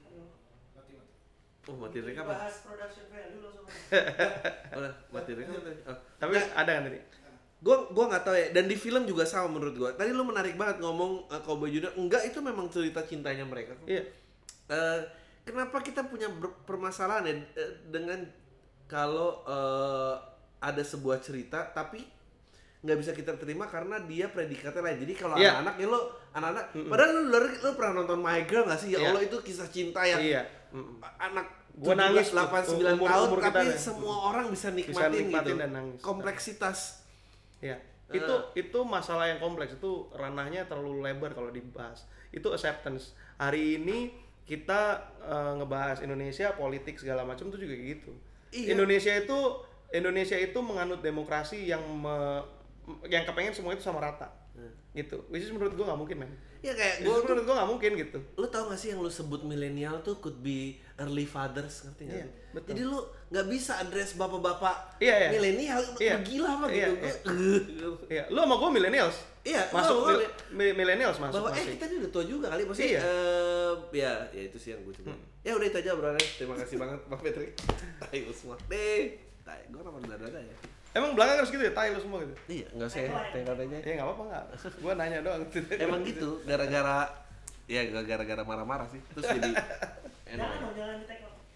Oh, mati rekam apa? Bahas production value lo sama. Udah, mati rekam tadi. Oh. Tapi ada kan tadi? Gua gua nggak tahu ya, dan di film juga sama menurut gua. Tadi lu menarik banget ngomong uh, Cowboy Junior. Enggak, itu memang cerita cintanya mereka kok. Iya. Eh, kenapa kita punya ber- permasalahan ya eh, dengan kalau eh, ada sebuah cerita tapi nggak bisa kita terima karena dia predikatnya lain. Jadi kalau Iya. anak-anak ya lo anak-anak padahal lu, lu, lu pernah nonton My Girl nggak sih? Ya Iya. Allah, itu kisah cinta yang Iya. Mm-mm. anak Gua nangis tuh, delapan sembilan umur- tahun umur kita tapi deh. semua orang bisa nikmatin, Bisa nikmatin gitu. dan nangis. Kompleksitas. Iya. Eh. Itu itu masalah yang kompleks, itu ranahnya terlalu lebar kalau dibahas. Itu acceptance. Hari ini kita eh, ngebahas Indonesia, politik segala macam tuh juga gitu. Iya. Indonesia itu Indonesia itu menganut demokrasi yang me- yang kepengen semua itu sama rata. Hmm. Gitu. Which is menurut gua nggak mungkin, men. Ya kayak Which gue is menurut gua nggak mungkin gitu. lu tau gak sih yang lu sebut milenial tuh could be early fathers, ngerti gak? Iya, betul. Jadi lu nggak bisa address bapak-bapak Iya, iya. milenial, Iya. lu gila apa Iya, gitu. iya. Gua- Iya, lu sama gua millennials. Iya, Masuk lu sama gua mil- mi- millennials masuk bahwa eh masih. kita ini udah tua juga kali, maksudnya Iya. eh, ya ya itu sih yang gue coba. Ya udah itu aja obrolannya. Terima kasih banget Bang Petri. Tai lu semua. Deh. Tai, gue nama dada ya. Emang belakang harus gitu ya, tai lu semua gitu. Iya, enggak usah ya, tinggal aja. Ya nggak apa-apa nggak. Gua nanya doang. Emang gitu, gara-gara ya gara-gara marah-marah sih. Terus jadi Jangan dong, jangan di take off.